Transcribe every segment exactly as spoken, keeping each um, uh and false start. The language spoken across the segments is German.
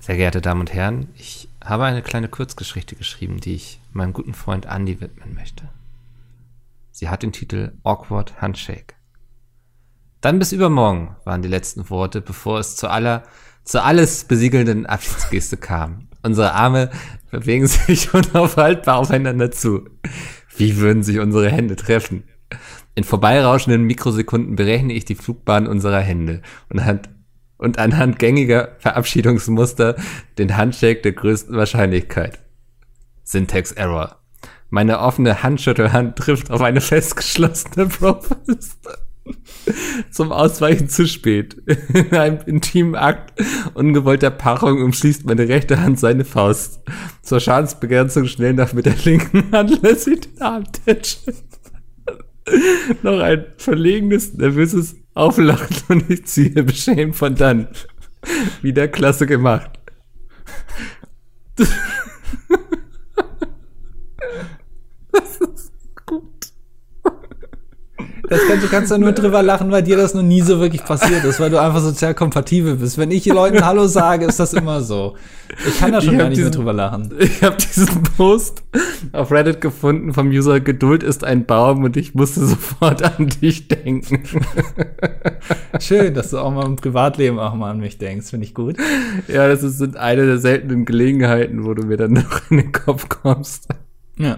Sehr geehrte Damen und Herren, ich habe eine kleine Kurzgeschichte geschrieben, die ich meinem guten Freund Andy widmen möchte. Sie hat den Titel Awkward Handshake. Dann bis übermorgen waren die letzten Worte, bevor es zu aller, zu alles besiegelnden Abschiedsgeste kam. Unsere Arme bewegen sich unaufhaltbar aufeinander zu. Wie würden sich unsere Hände treffen? In vorbeirauschenden Mikrosekunden berechne ich die Flugbahn unserer Hände und anhand, und anhand gängiger Verabschiedungsmuster den Handshake der größten Wahrscheinlichkeit. Syntax Error. Meine offene Handschüttelhand trifft auf eine festgeschlossene Brofist. Zum Ausweichen zu spät. In einem intimen Akt ungewollter Paarung umschließt meine rechte Hand seine Faust. Zur Schadensbegrenzung schnell nach mit der linken Hand lässt sie den Arm tätscheln. Noch ein verlegenes, nervöses Auflachen und ich ziehe beschämt von dann. Wieder klasse gemacht. Das ist gut. Das kann, du kannst ja nur drüber lachen, weil dir das noch nie so wirklich passiert ist, weil du einfach sozial kompatibel bist. Wenn ich Leuten Hallo sage, ist das immer so. Ich kann da schon gar nicht diesen, mehr drüber lachen. Ich habe diesen Post auf Reddit gefunden vom User Geduld ist ein Baum und ich musste sofort an dich denken. Schön, dass du auch mal im Privatleben auch mal an mich denkst. Finde ich gut. Ja, das ist, sind eine der seltenen Gelegenheiten, wo du mir dann noch in den Kopf kommst. Ja.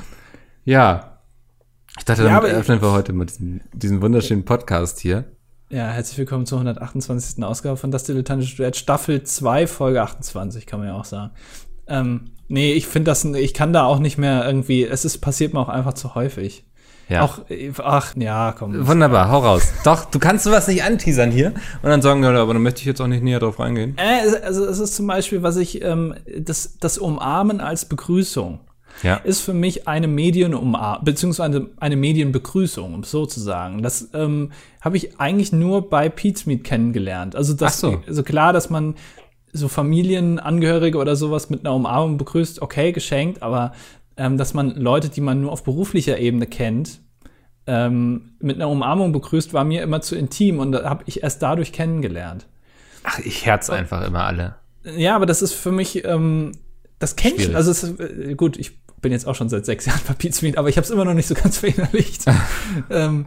Ja. Ich dachte, ja, damit eröffnen wir heute mal diesen, diesen wunderschönen Podcast hier. Ja, herzlich willkommen zur hundertachtundzwanzigsten Ausgabe von Das Dilettantische Duett, Staffel zwei, Folge achtundzwanzig, kann man ja auch sagen. Ähm, nee, ich finde das, ich kann da auch nicht mehr irgendwie, es ist, passiert mir auch einfach zu häufig. Ja. Auch, ach, ja, komm. Wunderbar, hau raus. Doch, du kannst sowas nicht anteasern hier und dann sagen, ja, aber dann möchte ich jetzt auch nicht näher drauf reingehen. Äh, also es ist zum Beispiel, was ich, ähm, das, das Umarmen als Begrüßung. Ja. Ist für mich eine Medienumarmung, beziehungsweise eine Medienbegrüßung, um es so zu sagen. Das ähm, habe ich eigentlich nur bei Pete's Meat kennengelernt. Also, das, Ach so. also klar, dass man so Familienangehörige oder sowas mit einer Umarmung begrüßt, okay, geschenkt, aber ähm, dass man Leute, die man nur auf beruflicher Ebene kennt, ähm, mit einer Umarmung begrüßt, war mir immer zu intim und da habe ich erst dadurch kennengelernt. Ach, ich herz einfach immer alle. Ja, aber das ist für mich, ähm, das kennt ich, also es ist, äh, gut, ich bin jetzt auch schon seit sechs Jahren bei Pete's Meat, aber ich habe es immer noch nicht so ganz verinnerlicht, ähm,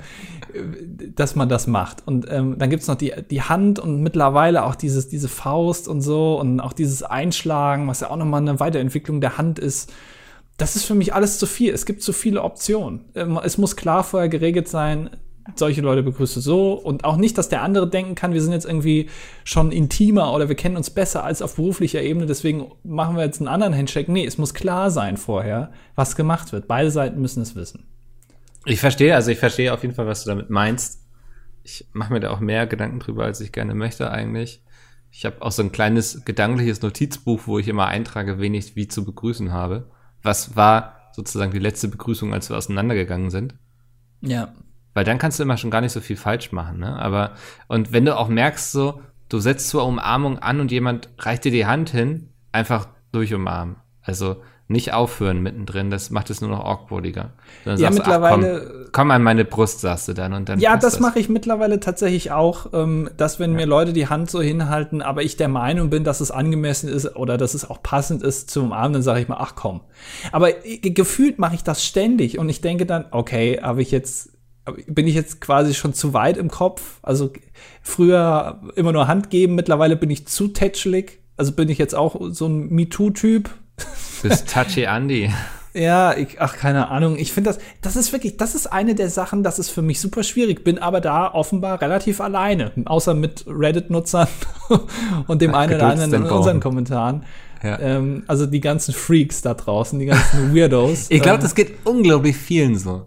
dass man das macht. Und ähm, dann gibt's noch die, die Hand und mittlerweile auch dieses, diese Faust und so und auch dieses Einschlagen, was ja auch nochmal eine Weiterentwicklung der Hand ist. Das ist für mich alles zu viel. Es gibt zu viele Optionen. Ähm, es muss klar vorher geregelt sein, solche Leute begrüße so und auch nicht, dass der andere denken kann, wir sind jetzt irgendwie schon intimer oder wir kennen uns besser als auf beruflicher Ebene, deswegen machen wir jetzt einen anderen Handshake. Nee, es muss klar sein vorher, was gemacht wird. Beide Seiten müssen es wissen. Ich verstehe, also ich verstehe auf jeden Fall, was du damit meinst. Ich mache mir da auch mehr Gedanken drüber, als ich gerne möchte eigentlich. Ich habe auch so ein kleines gedankliches Notizbuch, wo ich immer eintrage, wen ich wie zu begrüßen habe. Was war sozusagen die letzte Begrüßung, als wir auseinandergegangen sind? Ja. Weil dann kannst du immer schon gar nicht so viel falsch machen, ne? Aber, und wenn du auch merkst, so, du setzt zur Umarmung an und jemand reicht dir die Hand hin, einfach durchumarmen. Also nicht aufhören mittendrin, das macht es nur noch awkwardiger. Dann ja, sagst mittlerweile. Du, ach, komm, komm an meine Brust, sagst du dann und dann. Ja, das, das. mache ich mittlerweile tatsächlich auch, ähm, dass wenn ja. mir Leute die Hand so hinhalten, aber ich der Meinung bin, dass es angemessen ist oder dass es auch passend ist zum Umarmen, dann sage ich mal, ach komm. Aber äh, gefühlt mache ich das ständig und ich denke dann, okay, habe ich jetzt bin ich jetzt quasi schon zu weit im Kopf. Also früher immer nur Hand geben, mittlerweile bin ich zu tätschelig. Also bin ich jetzt auch so ein MeToo-Typ. Bist touchy Andy. Ja, ich, ach, keine Ahnung. Ich finde das, das ist wirklich, das ist eine der Sachen, das ist für mich super schwierig. Bin aber da offenbar relativ alleine. Außer mit Reddit-Nutzern und dem ach, einen oder anderen in unseren Kommentaren. Ja. Ähm, also die ganzen Freaks da draußen, die ganzen Weirdos. Ich glaube, das geht unglaublich vielen so.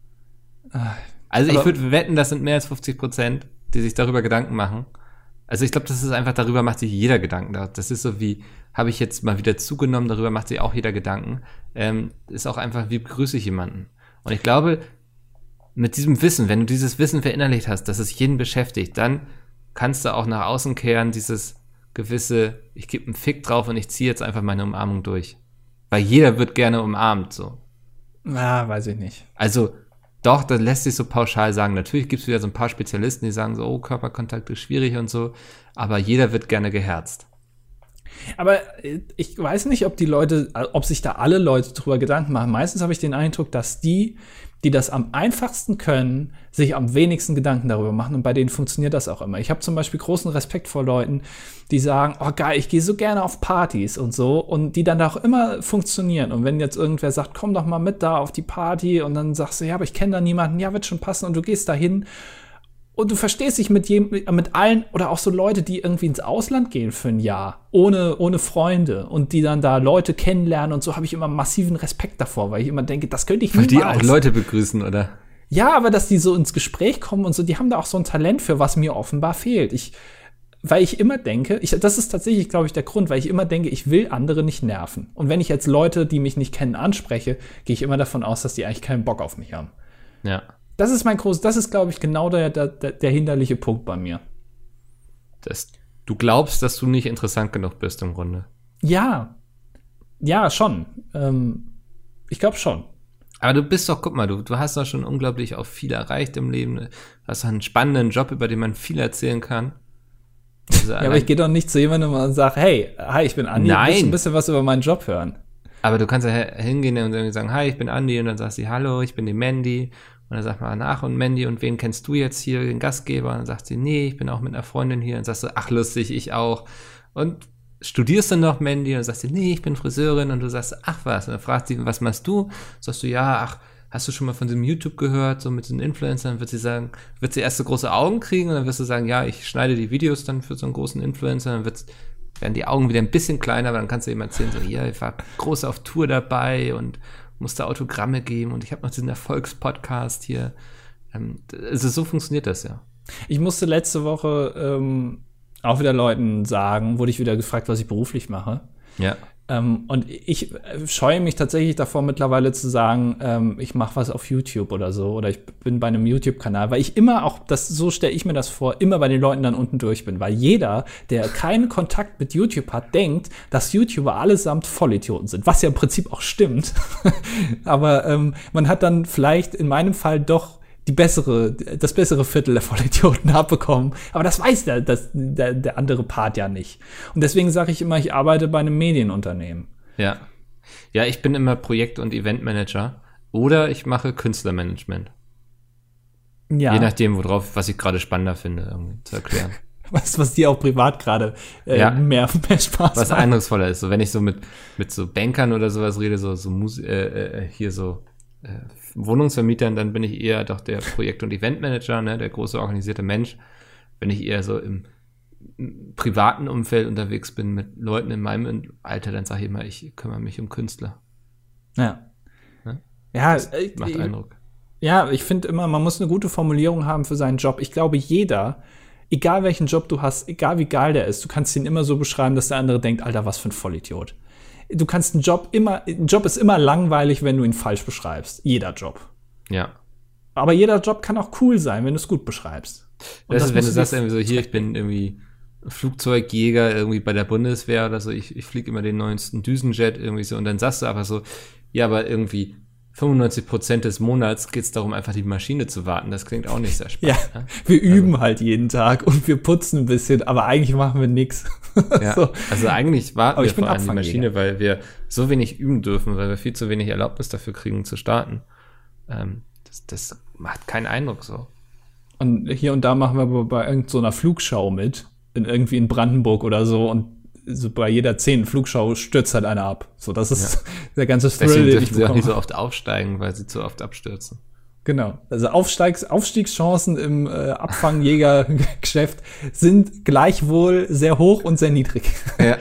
Also ich würde wetten, das sind mehr als fünfzig Prozent, die sich darüber Gedanken machen. Also ich glaube, das ist einfach, darüber macht sich jeder Gedanken. Das ist so wie, habe ich jetzt mal wieder zugenommen, darüber macht sich auch jeder Gedanken. Ähm, ist auch einfach, wie begrüße ich jemanden? Und ich glaube, mit diesem Wissen, wenn du dieses Wissen verinnerlicht hast, dass es jeden beschäftigt, dann kannst du auch nach außen kehren, dieses gewisse, ich gebe einen Fick drauf und ich ziehe jetzt einfach meine Umarmung durch. Weil jeder wird gerne umarmt, so. Ja, weiß ich nicht. Also, doch, das lässt sich so pauschal sagen. Natürlich gibt es wieder so ein paar Spezialisten, die sagen so, oh, Körperkontakt ist schwierig und so, aber jeder wird gerne geherzt. Aber ich weiß nicht, ob die Leute, ob sich da alle Leute drüber Gedanken machen. Meistens habe ich den Eindruck, dass die, die das am einfachsten können, sich am wenigsten Gedanken darüber machen. Und bei denen funktioniert das auch immer. Ich habe zum Beispiel großen Respekt vor Leuten, die sagen, oh geil, ich gehe so gerne auf Partys und so. Und die dann auch immer funktionieren. Und wenn jetzt irgendwer sagt, komm doch mal mit da auf die Party. Und dann sagst du, ja, aber ich kenne da niemanden. Ja, wird schon passen. Und du gehst da hin. Und du verstehst dich mit jedem, mit allen, oder auch so Leute, die irgendwie ins Ausland gehen für ein Jahr, ohne, ohne Freunde und die dann da Leute kennenlernen und so, habe ich immer massiven Respekt davor, weil ich immer denke, das könnte ich niemals. Weil die auch Leute begrüßen, oder? Ja, aber dass die so ins Gespräch kommen und so, die haben da auch so ein Talent für, was mir offenbar fehlt. Ich, weil ich immer denke, ich, das ist tatsächlich, glaube ich, der Grund, weil ich immer denke, ich will andere nicht nerven. Und wenn ich jetzt Leute, die mich nicht kennen, anspreche, gehe ich immer davon aus, dass die eigentlich keinen Bock auf mich haben. Ja. Das ist mein großes, das ist, glaube ich, genau der, der, der hinderliche Punkt bei mir. Das, du glaubst, dass du nicht interessant genug bist im Grunde. Ja. Ja, schon. Ähm, ich glaube schon. Aber du bist doch, guck mal, du, du hast doch schon unglaublich auch viel erreicht im Leben. Du hast einen spannenden Job, über den man viel erzählen kann. Also ja, aber ich gehe doch nicht zu jemandem und sage, hey, hi, ich bin Andi, Nein. willst du ein bisschen was über meinen Job hören? Aber du kannst ja hingehen und irgendwie sagen, hi, ich bin Andi, und dann sagst du, hallo, ich bin die Mandy. Und dann sagt man nach, und Mandy, und wen kennst du jetzt hier, den Gastgeber? Und dann sagt sie, nee, ich bin auch mit einer Freundin hier. Und dann sagst du, ach lustig, ich auch. Und studierst dann noch, Mandy? Und dann sagst du, nee, ich bin Friseurin. Und du sagst, ach was. Und dann fragt sie, was machst du? Sagst du, ja, ach, hast du schon mal von diesem YouTube gehört, so mit den Influencern? Dann wird sie sagen, wird sie erst so große Augen kriegen, und dann wirst du sagen, ja, ich schneide die Videos dann für so einen großen Influencer. Dann wird's, werden die Augen wieder ein bisschen kleiner, aber dann kannst du ihm erzählen, so, ja, ich war groß auf Tour dabei und musste Autogramme geben, und ich habe noch diesen Erfolgspodcast hier. Ähm, also so funktioniert das ja. Ich musste letzte Woche ähm, auch wieder Leuten sagen, wurde ich wieder gefragt, was ich beruflich mache. Ja. Ähm, und ich scheue mich tatsächlich davor mittlerweile zu sagen, ähm, ich mache was auf YouTube oder so, oder ich bin bei einem YouTube-Kanal, weil ich immer auch, das so stelle ich mir das vor, immer bei den Leuten dann unten durch bin, weil jeder, der keinen Kontakt mit YouTube hat, denkt, dass YouTuber allesamt Vollidioten sind, was ja im Prinzip auch stimmt. Aber ähm, man hat dann vielleicht in meinem Fall doch die bessere, das bessere Viertel der Vollidioten abbekommen. Aber das weiß der, das, der, der andere Part ja nicht. Und deswegen sage ich immer, ich arbeite bei einem Medienunternehmen. Ja. Ja, ich bin immer Projekt- und Eventmanager, oder ich mache Künstlermanagement. Ja. Je nachdem, worauf, was ich gerade spannender finde, irgendwie zu erklären. Was, was dir auch privat gerade äh, ja. mehr, mehr Spaß was macht. Was eindrucksvoller ist. So, wenn ich so mit, mit so Bankern oder sowas rede, so, so Mus- äh, äh, hier so äh, Wohnungsvermietern, dann bin ich eher doch der Projekt- und Eventmanager, ne, der große organisierte Mensch. Wenn ich eher so im, im privaten Umfeld unterwegs bin mit Leuten in meinem Alter, dann sage ich immer, ich kümmere mich um Künstler. Ja. Ne? Ja, das ich, macht Eindruck. Ja, ich finde immer, man muss eine gute Formulierung haben für seinen Job. Ich glaube, jeder, egal welchen Job du hast, egal wie geil der ist, du kannst ihn immer so beschreiben, dass der andere denkt, Alter, was für ein Vollidiot. Du kannst einen Job immer, ein Job ist immer langweilig, wenn du ihn falsch beschreibst. Jeder Job. Ja. Aber jeder Job kann auch cool sein, wenn du es gut beschreibst. Und das, das ist, wenn du sagst, irgendwie so, hier, ich bin irgendwie Flugzeugjäger irgendwie bei der Bundeswehr oder so, ich, ich fliege immer den neuesten Düsenjet irgendwie so, und dann sagst du aber so, ja, aber irgendwie fünfundneunzig Prozent des Monats geht es darum, einfach die Maschine zu warten. Das klingt auch nicht sehr spannend. Ja, ne? Wir üben also halt jeden Tag und wir putzen ein bisschen, aber eigentlich machen wir nichts. Ja, so. Also eigentlich warten wir vor allem die Maschine, weil wir so wenig üben dürfen, weil wir viel zu wenig Erlaubnis dafür kriegen, zu starten. Ähm, das, das macht keinen Eindruck so. Und hier und da machen wir bei irgendeiner so Flugschau mit, in irgendwie in Brandenburg oder so, und so bei jeder zehnten Flugschau stürzt halt einer ab. So, das ist ja. der ganze Thrill, deswegen den dürfen ich sie auch nicht so oft aufsteigen, weil sie zu oft abstürzen. Genau. Also Aufsteigs- Aufstiegschancen im äh, Abfangjägergeschäft sind gleichwohl sehr hoch und sehr niedrig. Ja.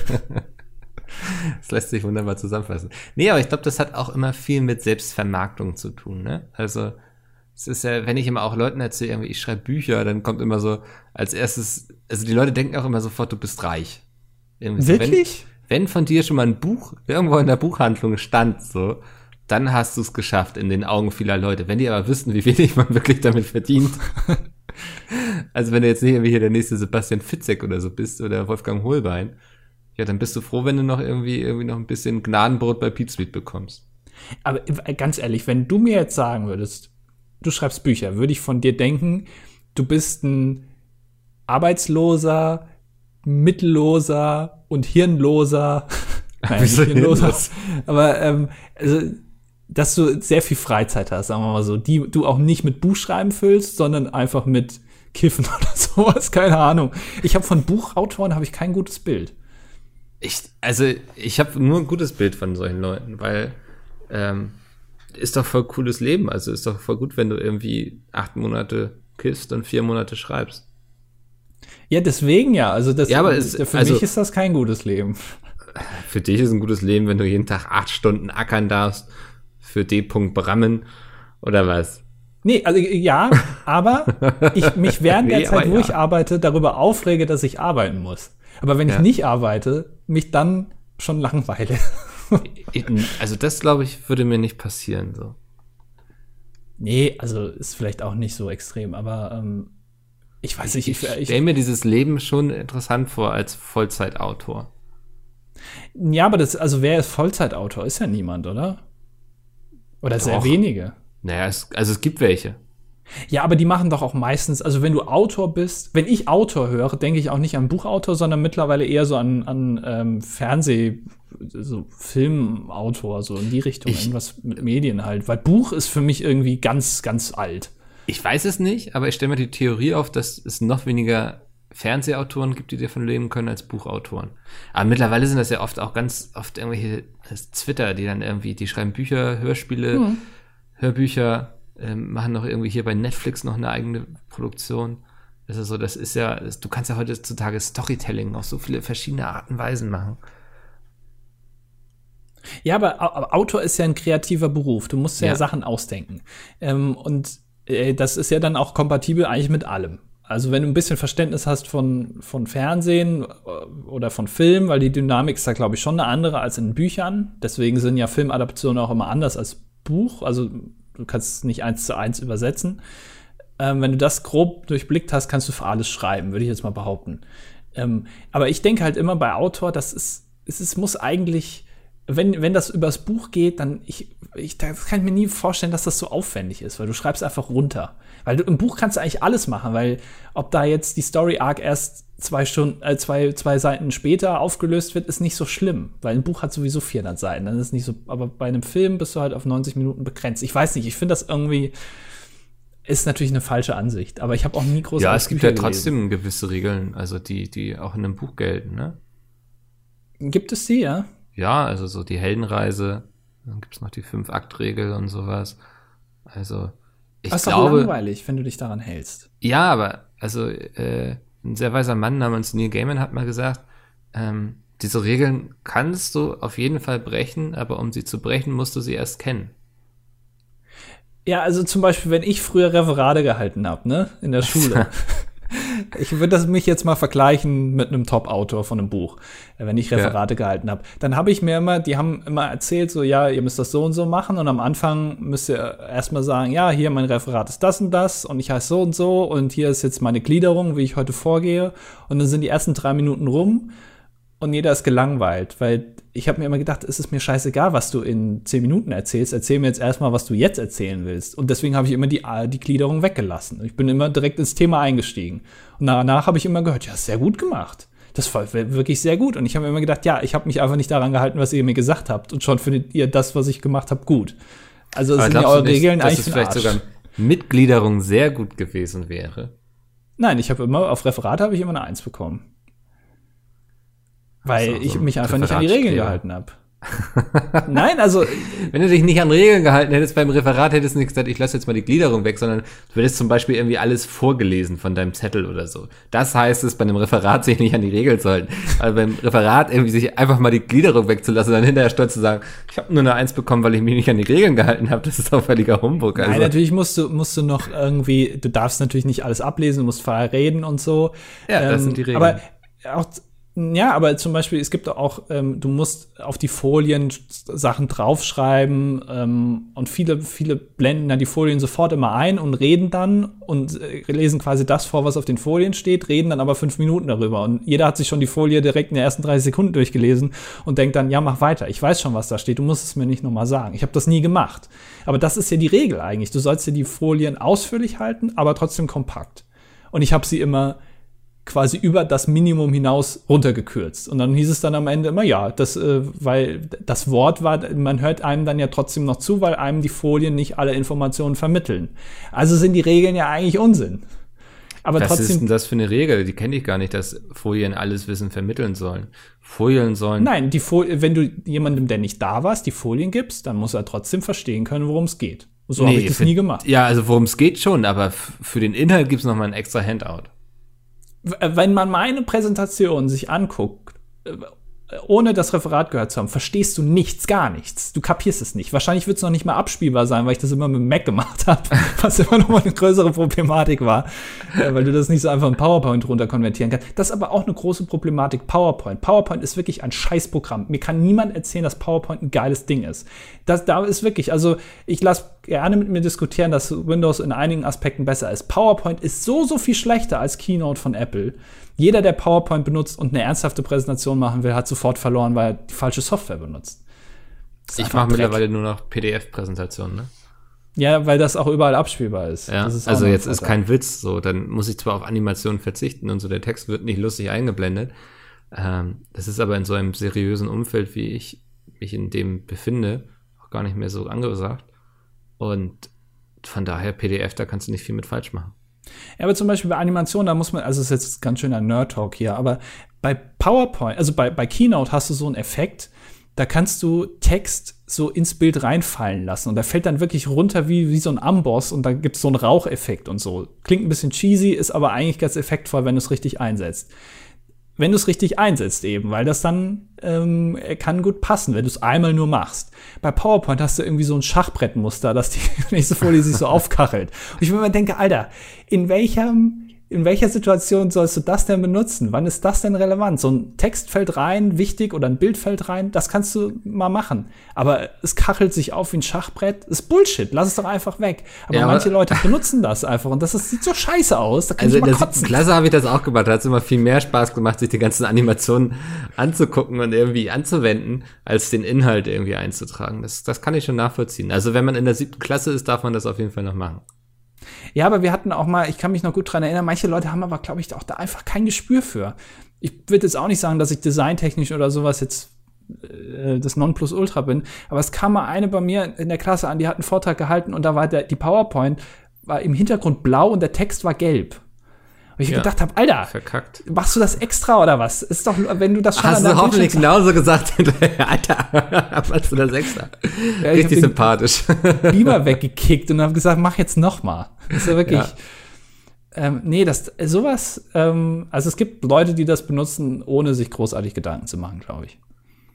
Das lässt sich wunderbar zusammenfassen. Nee, aber ich glaube, das hat auch immer viel mit Selbstvermarktung zu tun, ne? Also, es ist ja, wenn ich immer auch Leuten erzähle, irgendwie, ich schreibe Bücher, dann kommt immer so als erstes, also die Leute denken auch immer sofort, du bist reich. Irgendwie Wirklich? So, wenn, wenn von dir schon mal ein Buch irgendwo in der Buchhandlung stand, so, dann hast du es geschafft in den Augen vieler Leute. Wenn die aber wissen, wie wenig man wirklich damit verdient. Also wenn du jetzt nicht irgendwie hier der nächste Sebastian Fitzek oder so bist oder Wolfgang Hohlbein, ja, dann bist du froh, wenn du noch irgendwie irgendwie noch ein bisschen Gnadenbrot bei Pete's Meat bekommst. Aber ganz ehrlich, wenn du mir jetzt sagen würdest, du schreibst Bücher, würde ich von dir denken, du bist ein arbeitsloser, mittelloser und hirnloser, nein, nicht hirnloser, aber ähm, also, dass du sehr viel Freizeit hast, sagen wir mal so, die du auch nicht mit Buchschreiben füllst, sondern einfach mit Kiffen oder sowas, keine Ahnung. Ich habe von Buchautoren habe ich kein gutes Bild. Ich, also ich habe nur ein gutes Bild von solchen Leuten, weil ähm, ist doch voll cooles Leben. Also ist doch voll gut, wenn du irgendwie acht Monate kiffst und vier Monate schreibst. Ja, deswegen ja. Also das, ja, aber es, für also, mich ist das kein gutes Leben. Für dich ist ein gutes Leben, wenn du jeden Tag acht Stunden ackern darfst für D. Brammen oder was? Nee, also ja, aber ich mich während der nee, Zeit, wo ja. ich arbeite, darüber aufrege, dass ich arbeiten muss. Aber wenn ja. ich nicht arbeite, mich dann schon langweile. Also das, glaube ich, würde mir nicht passieren. So. Nee, also ist vielleicht auch nicht so extrem, aber ähm, ich weiß nicht. Ich, ich, ich stelle mir dieses Leben schon interessant vor als Vollzeitautor. Ja, aber das, also wer ist Vollzeitautor? Ist ja niemand, oder? Oder Doch. Sehr wenige. Naja, es, also es gibt welche. Ja, aber die machen doch auch meistens, also wenn du Autor bist, wenn ich Autor höre, denke ich auch nicht an Buchautor, sondern mittlerweile eher so an, an ähm, Fernseh-, so Filmautor, so in die Richtung, ich, irgendwas mit Medien halt. Weil Buch ist für mich irgendwie ganz, ganz alt. Ich weiß es nicht, aber ich stelle mir die Theorie auf, dass es noch weniger Fernsehautoren gibt, die davon leben können, als Buchautoren. Aber mittlerweile sind das ja oft auch ganz oft irgendwelche Twitter, die dann irgendwie, die schreiben Bücher, Hörspiele, hm. Hörbücher, ähm, machen noch irgendwie hier bei Netflix noch eine eigene Produktion. Das ist so, das ist ja, das, du kannst ja heutzutage Storytelling auf so viele verschiedene Arten und Weisen machen. Ja, aber, aber Autor ist ja ein kreativer Beruf. Du musst ja, ja. Sachen ausdenken. Ähm, und äh, das ist ja dann auch kompatibel eigentlich mit allem. Also wenn du ein bisschen Verständnis hast von, von Fernsehen oder von Film, weil die Dynamik ist da, glaube ich, schon eine andere als in Büchern. Deswegen sind ja Filmadaptionen auch immer anders als Buch. Also du kannst es nicht eins zu eins übersetzen. Ähm, wenn du das grob durchblickt hast, kannst du für alles schreiben, würde ich jetzt mal behaupten. Ähm, aber ich denke halt immer bei Autor, das ist, es ist, muss eigentlich, wenn, wenn das übers Buch geht, dann ich, ich, das kann ich mir nie vorstellen, dass das so aufwendig ist, weil du schreibst einfach runter. Weil du, im Buch kannst du eigentlich alles machen, weil ob da jetzt die Story-Arc erst zwei Stunden, äh, zwei, zwei Seiten später aufgelöst wird, ist nicht so schlimm, weil ein Buch hat sowieso vierhundert Seiten, dann ist nicht so, aber bei einem Film bist du halt auf neunzig Minuten begrenzt. Ich weiß nicht, ich finde das irgendwie, ist natürlich eine falsche Ansicht, aber ich habe auch nie groß Ja, es gibt Bücher ja trotzdem gelesen. Gewisse Regeln, also die, die auch in einem Buch gelten, ne? Gibt es die, ja? Ja, also so die Heldenreise, dann gibt's noch die Fünf-Akt-Regel und sowas. Also ich das ist glaube, doch langweilig, wenn du dich daran hältst. Ja, aber also äh, ein sehr weiser Mann namens Neil Gaiman hat mal gesagt, ähm, diese Regeln kannst du auf jeden Fall brechen, aber um sie zu brechen, musst du sie erst kennen. Ja, also zum Beispiel, wenn ich früher Referate gehalten habe, ne, in der Schule. Ich würde das mich jetzt mal vergleichen mit einem Top-Autor von einem Buch, wenn ich Referate ja. gehalten habe. Dann habe ich mir immer, die haben immer erzählt, so, ja, ihr müsst das so und so machen und am Anfang müsst ihr erstmal sagen, ja, hier mein Referat ist das und das und ich heiße so und so und hier ist jetzt meine Gliederung, wie ich heute vorgehe und dann sind die ersten drei Minuten rum und jeder ist gelangweilt, weil ich habe mir immer gedacht, es ist mir scheißegal, was du in zehn Minuten erzählst. Erzähl mir jetzt erstmal, was du jetzt erzählen willst. Und deswegen habe ich immer die, die Gliederung weggelassen. Ich bin immer direkt ins Thema eingestiegen. Und danach habe ich immer gehört, ja, sehr gut gemacht. Das war wirklich sehr gut. Und ich habe mir immer gedacht, ja, ich habe mich einfach nicht daran gehalten, was ihr mir gesagt habt. Und schon findet ihr das, was ich gemacht habe, gut. Also es sind ja eure Regeln eigentlich für den Arsch. Dass es vielleicht sogar mit Gliederung sehr gut gewesen wäre. Nein, ich habe immer, auf Referat habe ich immer eine Eins bekommen. Weil so, ich so mich einfach nicht an die Regeln gehalten habe. Nein, also wenn du dich nicht an Regeln gehalten hättest beim Referat, hättest du nicht gesagt, ich lasse jetzt mal die Gliederung weg, sondern du hättest zum Beispiel irgendwie alles vorgelesen von deinem Zettel oder so. Das heißt es, bei einem Referat sich nicht an die Regeln zu halten. Also beim Referat irgendwie sich einfach mal die Gliederung wegzulassen und dann hinterher stolz zu sagen, ich habe nur eine Eins bekommen, weil ich mich nicht an die Regeln gehalten habe. Das ist doch völliger Humbug. Also. Nein, natürlich musst du, musst du noch irgendwie, du darfst natürlich nicht alles ablesen, du musst vorher reden und so. Ja, das ähm, sind die Regeln. Aber auch Ja, aber zum Beispiel, es gibt auch, ähm, du musst auf die Folien Sachen draufschreiben ähm, und viele, viele blenden dann die Folien sofort immer ein und reden dann und äh, lesen quasi das vor, was auf den Folien steht, reden dann aber fünf Minuten darüber. Und jeder hat sich schon die Folie direkt in den ersten dreißig Sekunden durchgelesen und denkt dann, ja, mach weiter, ich weiß schon, was da steht, du musst es mir nicht nochmal sagen. Ich habe das nie gemacht. Aber das ist ja die Regel eigentlich. Du sollst dir die Folien ausführlich halten, aber trotzdem kompakt. Und ich habe sie immer quasi über das Minimum hinaus runtergekürzt. Und dann hieß es dann am Ende immer, ja, das, äh, weil das Wort war, man hört einem dann ja trotzdem noch zu, weil einem die Folien nicht alle Informationen vermitteln. Also sind die Regeln ja eigentlich Unsinn. Aber Was trotzdem, ist denn das für eine Regel? Die kenne ich gar nicht, dass Folien alles Wissen vermitteln sollen. Folien sollen... Nein, die Folie, wenn du jemandem, der nicht da warst, die Folien gibst, dann muss er trotzdem verstehen können, worum es geht. So nee, habe ich das für, nie gemacht. Ja, also worum es geht schon, aber f- für den Inhalt gibt es nochmal ein extra Handout. Wenn man meine Präsentation sich anguckt, ohne das Referat gehört zu haben, verstehst du nichts, gar nichts. Du kapierst es nicht. Wahrscheinlich wird es noch nicht mal abspielbar sein, weil ich das immer mit dem Mac gemacht habe, was immer noch mal eine größere Problematik war, weil du das nicht so einfach in PowerPoint runter konvertieren kannst. Das ist aber auch eine große Problematik, PowerPoint. PowerPoint ist wirklich ein Scheißprogramm. Mir kann niemand erzählen, dass PowerPoint ein geiles Ding ist. Das, da ist wirklich, also ich lasse gerne mit mir diskutieren, dass Windows in einigen Aspekten besser ist. PowerPoint ist so, so viel schlechter als Keynote von Apple. Jeder, der PowerPoint benutzt und eine ernsthafte Präsentation machen will, hat sofort verloren, weil er die falsche Software benutzt. Ich mache mittlerweile nur noch P D F-Präsentationen, ne? Ja, weil das auch überall abspielbar ist. Ja, das ist also jetzt ist kein Witz so. Dann muss ich zwar auf Animationen verzichten und so, der Text wird nicht lustig eingeblendet. Ähm, das ist aber in so einem seriösen Umfeld, wie ich mich in dem befinde, auch gar nicht mehr so angesagt. Und von daher P D F, da kannst du nicht viel mit falsch machen. Ja, aber zum Beispiel bei Animationen, da muss man, also es ist jetzt ganz schöner Nerd-Talk hier, aber bei PowerPoint, also bei, bei Keynote hast du so einen Effekt, da kannst du Text so ins Bild reinfallen lassen und der fällt dann wirklich runter wie, wie so ein Amboss und da gibt es so einen Raucheffekt und so. Klingt ein bisschen cheesy, ist aber eigentlich ganz effektvoll, wenn du es richtig einsetzt. Wenn du es richtig einsetzt eben, weil das dann ähm, kann gut passen, wenn du es einmal nur machst. Bei PowerPoint hast du irgendwie so ein Schachbrettmuster, dass die nächste Folie sich so aufkachelt. Und ich mir immer denke, Alter, in welchem in welcher Situation sollst du das denn benutzen? Wann ist das denn relevant? So ein Text fällt rein, wichtig, oder ein Bild fällt rein, das kannst du mal machen. Aber es kachelt sich auf wie ein Schachbrett, das ist Bullshit, lass es doch einfach weg. Aber, ja, aber manche Leute benutzen das einfach und das ist, sieht so scheiße aus, da kann also ich mal in der kotzen. Klasse habe ich das auch gemacht, da hat es immer viel mehr Spaß gemacht, sich die ganzen Animationen anzugucken und irgendwie anzuwenden, als den Inhalt irgendwie einzutragen. Das, das kann ich schon nachvollziehen. Also wenn man in der siebten Klasse ist, darf man das auf jeden Fall noch machen. Ja, aber wir hatten auch mal, ich kann mich noch gut dran erinnern, manche Leute haben aber, glaube ich, auch da einfach kein Gespür für. Ich würde jetzt auch nicht sagen, dass ich designtechnisch oder sowas jetzt äh, das Nonplusultra bin, aber es kam mal eine bei mir in der Klasse an, die hat einen Vortrag gehalten und da war der, die PowerPoint war im Hintergrund blau und der Text war gelb. Und ich ja, gedacht habe, Alter, verkackt. Machst du das extra oder was? Ist doch, wenn du das schon Hast an du hoffentlich genauso gesagt, Alter, machst du das extra? Ja, richtig sympathisch. Beamer weggekickt und habe gesagt, mach jetzt noch mal. Das ist ja wirklich, ja. Ähm, nee, das, sowas, ähm, also es gibt Leute, die das benutzen, ohne sich großartig Gedanken zu machen, glaube ich.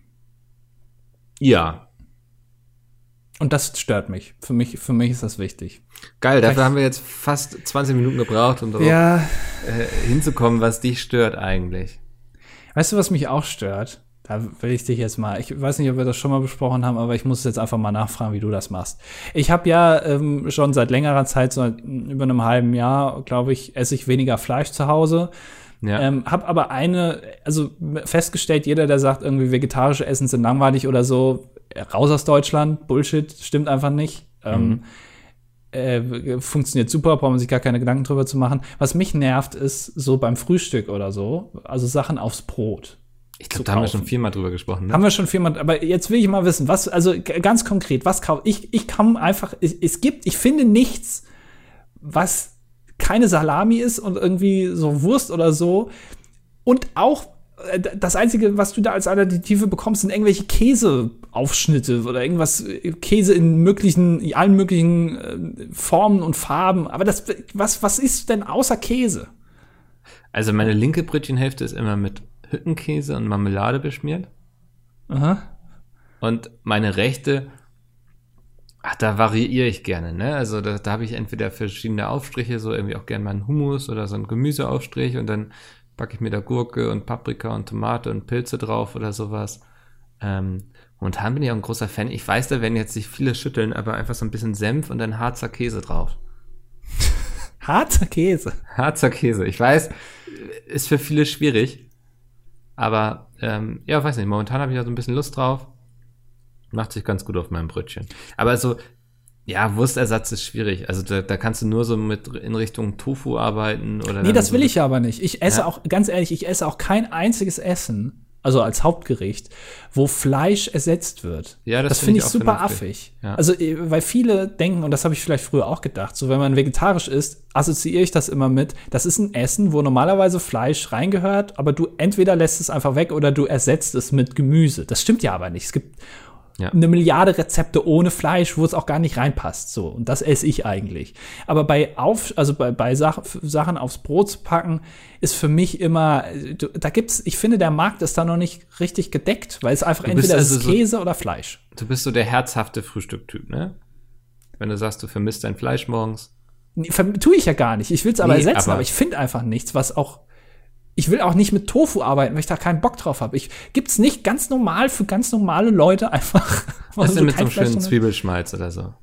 Ja. Und das stört mich. Für mich, für mich ist das wichtig. Geil, dafür Vielleicht. haben wir jetzt fast zwanzig Minuten gebraucht, um darauf ja. äh, hinzukommen, was dich stört eigentlich. Weißt du, was mich auch stört? Da will ich dich jetzt mal, ich weiß nicht, ob wir das schon mal besprochen haben, aber ich muss jetzt einfach mal nachfragen, wie du das machst. Ich habe ja ähm, schon seit längerer Zeit, so über einem halben Jahr, glaube ich, esse ich weniger Fleisch zu Hause. Ja. Ähm, hab aber eine, also festgestellt, jeder, der sagt, irgendwie vegetarische Essen sind langweilig oder so, raus aus Deutschland, Bullshit, stimmt einfach nicht. Mhm. Ähm, äh, funktioniert super, braucht man sich gar keine Gedanken drüber zu machen. Was mich nervt, ist so beim Frühstück oder so, also Sachen aufs Brot. Ich glaube, da haben wir schon viermal drüber gesprochen. Ne? Haben wir schon viermal, aber jetzt will ich mal wissen, was, also g- ganz konkret, was kaufe ich? Ich kann einfach, es, es gibt, ich finde nichts, was keine Salami ist und irgendwie so Wurst oder so. Und auch das Einzige, was du da als Alternative bekommst, sind irgendwelche Käseaufschnitte oder irgendwas, Käse in möglichen, allen möglichen äh, Formen und Farben. Aber das, was, was ist denn außer Käse? Also meine linke Brötchenhälfte ist immer mit Hüttenkäse und Marmelade beschmiert. Aha. Und meine rechte, ach, da variiere ich gerne, ne? Also da, da habe ich entweder verschiedene Aufstriche, so irgendwie auch gerne mal einen Hummus oder so einen Gemüseaufstrich und dann packe ich mir da Gurke und Paprika und Tomate und Pilze drauf oder sowas. Ähm, momentan bin ich auch ein großer Fan. Ich weiß, da werden jetzt sich viele schütteln, aber einfach so ein bisschen Senf und dann Harzer Käse drauf. Harzer Käse? Harzer Käse. Ich weiß, ist für viele schwierig. Aber, ähm, ja, weiß nicht, momentan habe ich da so ein bisschen Lust drauf. Macht sich ganz gut auf meinem Brötchen. Aber so, Ja, Wurstersatz ist schwierig. Also da, da kannst du nur so mit in Richtung Tofu arbeiten oder. Nee, das so will ich aber nicht. Ich esse ja? auch, ganz ehrlich, ich esse auch kein einziges Essen, also als Hauptgericht, wo Fleisch ersetzt wird. Ja, das, das finde find ich, ich super vernünftig. affig. Ja. Also, weil viele denken, und das habe ich vielleicht früher auch gedacht, so wenn man vegetarisch isst, assoziiere ich das immer mit, das ist ein Essen, wo normalerweise Fleisch reingehört, aber du entweder lässt es einfach weg oder du ersetzt es mit Gemüse. Das stimmt ja aber nicht. Es gibt ja. eine Milliarde Rezepte ohne Fleisch, wo es auch gar nicht reinpasst. So, und das esse ich eigentlich. Aber bei auf, also bei, bei Sach- Sachen aufs Brot zu packen, ist für mich immer, da gibt's, ich finde, der Markt ist da noch nicht richtig gedeckt, weil es einfach entweder also ist Käse so, oder Fleisch. Du bist so der herzhafte Frühstücktyp, ne? Wenn du sagst, du vermisst dein Fleisch morgens. Nee, tue ich ja gar nicht. Ich will es aber nee, ersetzen, aber, aber ich finde einfach nichts, was auch. Ich will auch nicht mit Tofu arbeiten, weil ich da keinen Bock drauf habe. Ich gibt's nicht ganz normal für ganz normale Leute einfach. Was ist denn mit so einem schönen Zwiebelschmalz oder so?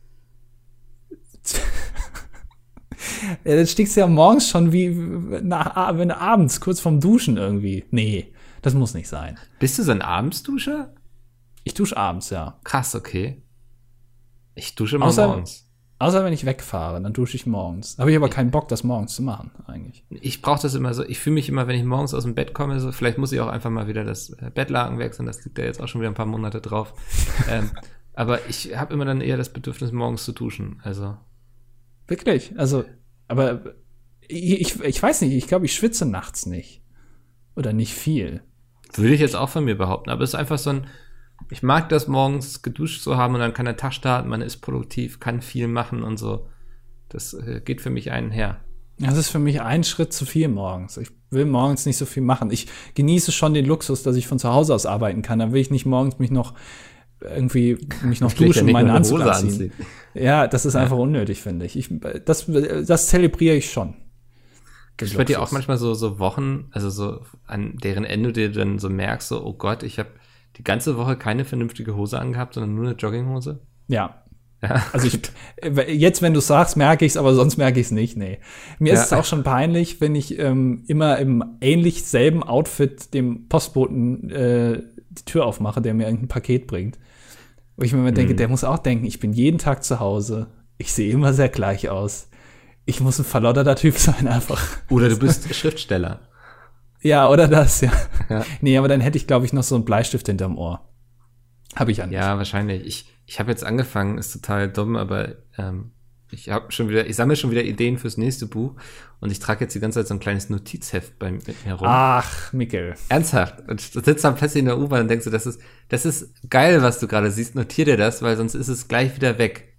Ja, dann stiegst du ja morgens schon wie nach, wenn du abends kurz vorm Duschen irgendwie. Nee, das muss nicht sein. Bist du so ein Abendsduscher? Ich dusche abends, ja. Krass, okay. Ich dusche immer außer, morgens. Außer wenn ich wegfahre, dann dusche ich morgens. Da habe ich aber keinen Bock, das morgens zu machen, eigentlich. Ich brauche das immer so, ich fühle mich immer, wenn ich morgens aus dem Bett komme, so, vielleicht muss ich auch einfach mal wieder das Bettlaken wechseln, das liegt ja jetzt auch schon wieder ein paar Monate drauf. ähm, aber ich habe immer dann eher das Bedürfnis, morgens zu duschen, also. Wirklich? Also, aber ich, ich, ich weiß nicht, ich glaube, ich schwitze nachts nicht. Oder nicht viel. Würde ich jetzt auch von mir behaupten, aber es ist einfach so ein, ich mag das morgens geduscht zu haben und dann kann der Tag starten, man ist produktiv, kann viel machen und so. Das äh, geht für mich einher. Das ist für mich ein Schritt zu viel morgens. Ich will morgens nicht so viel machen. Ich genieße schon den Luxus, dass ich von zu Hause aus arbeiten kann. Dann will ich nicht morgens mich noch irgendwie mich noch duschen und meinen Anzug anziehen. Ja, das ist ja. einfach unnötig, finde ich. ich das, das zelebriere ich schon. Gibt es bei dir auch manchmal so, so Wochen, also so an deren Ende du dir dann so merkst, so, oh Gott, ich habe die ganze Woche keine vernünftige Hose angehabt, sondern nur eine Jogginghose? Ja. ja. Also ich, jetzt, wenn du sagst, merke ich es, aber sonst merke ich es nicht, nee. Mir ja. ist es auch schon peinlich, wenn ich ähm, immer im ähnlich selben Outfit dem Postboten äh, die Tür aufmache, der mir irgendein Paket bringt. Wo ich mir immer denke, mhm. der muss auch denken, ich bin jeden Tag zu Hause, ich sehe immer sehr gleich aus. Ich muss ein verlotterter Typ sein einfach. Oder du bist Schriftsteller. Ja, oder das, ja. ja. Nee, aber dann hätte ich, glaube ich, noch so einen Bleistift hinterm Ohr. Habe ich ja nicht. Ja, wahrscheinlich. Ich, ich habe jetzt angefangen, ist total dumm, aber ähm, ich habe schon wieder, ich sammle schon wieder Ideen fürs nächste Buch und ich trage jetzt die ganze Zeit so ein kleines Notizheft bei mir herum. Ach, Mikkel. Ernsthaft. Und du sitzt dann plötzlich in der U-Bahn und denkst du, das ist, das ist geil, was du gerade siehst. Notier dir das, weil sonst ist es gleich wieder weg.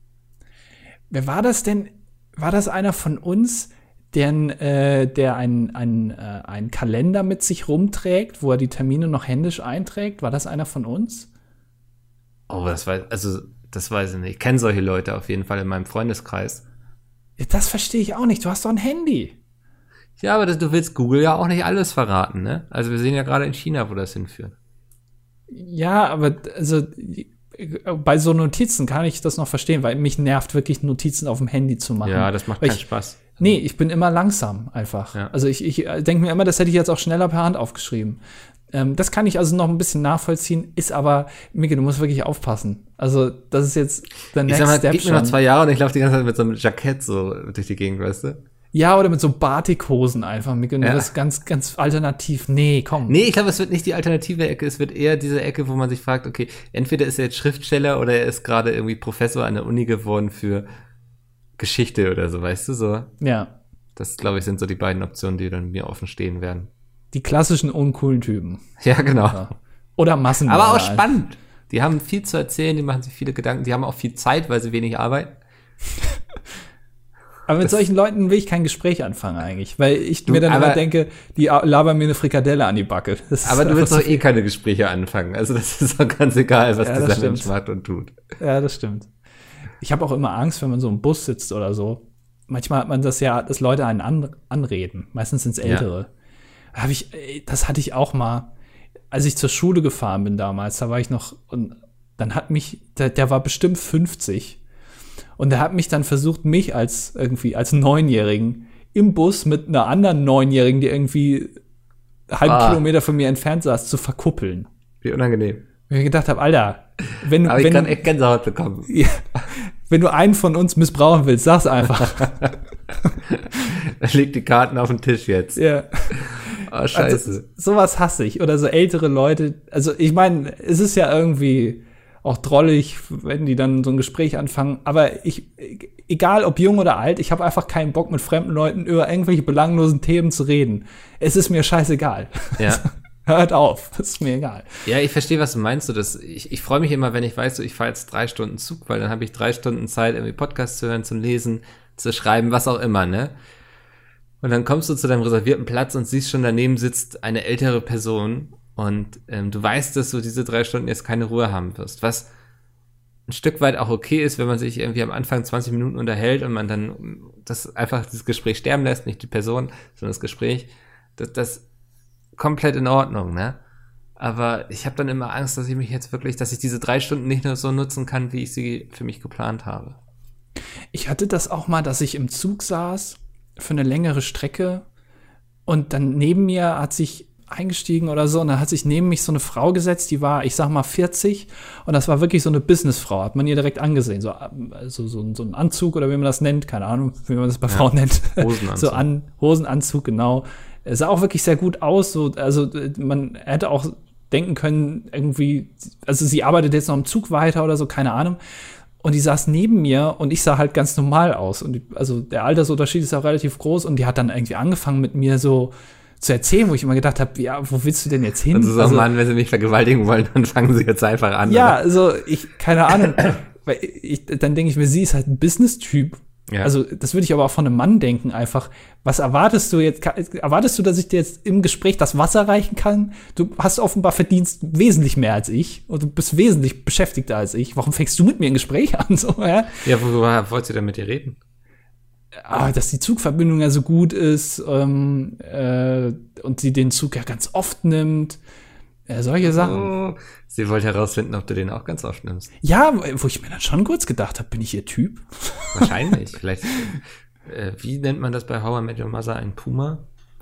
Wer war das denn? War das einer von uns, den, äh, der einen ein, äh, ein Kalender mit sich rumträgt, wo er die Termine noch händisch einträgt? War das einer von uns? Oh, das weiß, also, das weiß ich nicht. Ich kenne solche Leute auf jeden Fall in meinem Freundeskreis. Ja, das verstehe ich auch nicht. Du hast doch ein Handy. Ja, aber das, du willst Google ja auch nicht alles verraten, ne? Also wir sehen ja gerade in China, wo das hinführt. Ja, aber also bei so Notizen kann ich das noch verstehen, weil mich nervt wirklich Notizen auf dem Handy zu machen. Ja, das macht weil keinen ich, Spaß. Nee, ich bin immer langsam einfach. Ja. Also ich, ich denke mir immer, das hätte ich jetzt auch schneller per Hand aufgeschrieben. Ähm, das kann ich also noch ein bisschen nachvollziehen, ist aber, Miki, du musst wirklich aufpassen. Also das ist jetzt der Next ich sag mal, Step gib mir noch zwei Jahre und ich laufe die ganze Zeit mit so einem Jackett so durch die Gegend, weißt du? Ja, oder mit so Batikhosen einfach, Miki, und ja. das ganz, ganz alternativ. Nee, komm. Nee, ich glaube, es wird nicht die alternative Ecke, es wird eher diese Ecke, wo man sich fragt, okay, entweder ist er jetzt Schriftsteller oder er ist gerade irgendwie Professor an der Uni geworden für Geschichte oder so, weißt du, so. Ja. Das, glaube ich, sind so die beiden Optionen, die dann mir offen stehen werden. Die klassischen uncoolen Typen. Ja, genau. Ja. Oder Massenmörder. Aber auch spannend. Die haben viel zu erzählen, die machen sich viele Gedanken, die haben auch viel Zeit, weil sie wenig arbeiten. Aber mit das solchen Leuten will ich kein Gespräch anfangen eigentlich, weil ich du, mir dann aber, immer denke, die labern mir eine Frikadelle an die Backe. Aber du willst doch eh keine Gespräche anfangen. Also das ist doch ganz egal, was ja, dieser Mensch macht und tut. Ja, das stimmt. Ich habe auch immer Angst, wenn man so im Bus sitzt oder so. Manchmal hat man das ja, dass Leute einen an, anreden. Meistens sind es Ältere. Ja. Hab ich, das hatte ich auch mal, als ich zur Schule gefahren bin damals. Da war ich noch, und dann hat mich, der, der war bestimmt fünfzig. Und der hat mich dann versucht, mich als irgendwie als Neunjährigen im Bus mit einer anderen Neunjährigen, die irgendwie einen halben ah. Kilometer von mir entfernt saß, zu verkuppeln. Wie unangenehm. ich gedacht habe, Alter, wenn du, Aber ich wenn, kann echt Gänsehaut bekommen. Ja, wenn du einen von uns missbrauchen willst, sag's einfach. Leg die Karten auf den Tisch jetzt. Ja. Oh, scheiße. Also, sowas hasse ich. Oder so ältere Leute. Also ich meine, es ist ja irgendwie auch drollig, wenn die dann so ein Gespräch anfangen. Aber ich, egal ob jung oder alt, ich habe einfach keinen Bock, mit fremden Leuten über irgendwelche belanglosen Themen zu reden. Es ist mir scheißegal. Ja. Hört auf, das ist mir egal. Ja, ich verstehe, was du meinst. So, dass ich ich freue mich immer, wenn ich weiß, so, ich fahre jetzt drei Stunden Zug, weil dann habe ich drei Stunden Zeit, irgendwie Podcasts zu hören, zu lesen, zu schreiben, was auch immer, ne? Und dann kommst du zu deinem reservierten Platz und siehst schon, daneben sitzt eine ältere Person und ähm, du weißt, dass du diese drei Stunden jetzt keine Ruhe haben wirst, was ein Stück weit auch okay ist, wenn man sich irgendwie am Anfang zwanzig Minuten unterhält und man dann das einfach das Gespräch sterben lässt, nicht die Person, sondern das Gespräch, das, das komplett in Ordnung, ne? Aber ich habe dann immer Angst, dass ich mich jetzt wirklich, dass ich diese drei Stunden nicht nur so nutzen kann, wie ich sie für mich geplant habe. Ich hatte das auch mal, dass ich im Zug saß für eine längere Strecke und dann neben mir hat sich eingestiegen oder so und dann hat sich neben mich so eine Frau gesetzt, die war, ich sag mal, vierzig und das war wirklich so eine Businessfrau, hat man ihr direkt angesehen, so, also so, so ein Anzug oder wie man das nennt, keine Ahnung, wie man das bei Frauen ja, nennt. Hosenanzug. So an, Hosenanzug, genau. Es sah auch wirklich sehr gut aus, so, also man hätte auch denken können, irgendwie, also sie arbeitet jetzt noch im Zug weiter oder so, keine Ahnung. Und die saß neben mir und ich sah halt ganz normal aus. Und die, also der Altersunterschied ist auch relativ groß und die hat dann irgendwie angefangen mit mir so zu erzählen, wo ich immer gedacht habe, ja, wo willst du denn jetzt hin? Also, also Mann, wenn sie mich vergewaltigen wollen, dann fangen sie jetzt einfach an. Ja, oder? also ich, keine Ahnung, weil ich, dann denke ich mir, sie ist halt ein Business-Typ. Ja. Also das würde ich aber auch von einem Mann denken einfach. Was erwartest du jetzt? Erwartest du, dass ich dir jetzt im Gespräch das Wasser reichen kann? Du hast offenbar verdienst wesentlich mehr als ich und du bist wesentlich beschäftigter als ich. Warum fängst du mit mir ein Gespräch an? So, ja, ja worüber wollt ihr denn mit dir reden? Ah, dass die Zugverbindung ja so gut ist ähm, äh, und sie den Zug ja ganz oft nimmt. Ja, solche Sachen. Oh, sie wollte herausfinden, ob du den auch ganz oft nimmst. Ja, wo ich mir dann schon kurz gedacht habe, bin ich ihr Typ? Wahrscheinlich. Vielleicht, äh, wie nennt man das bei How I Met Your Mother? Ein Puma?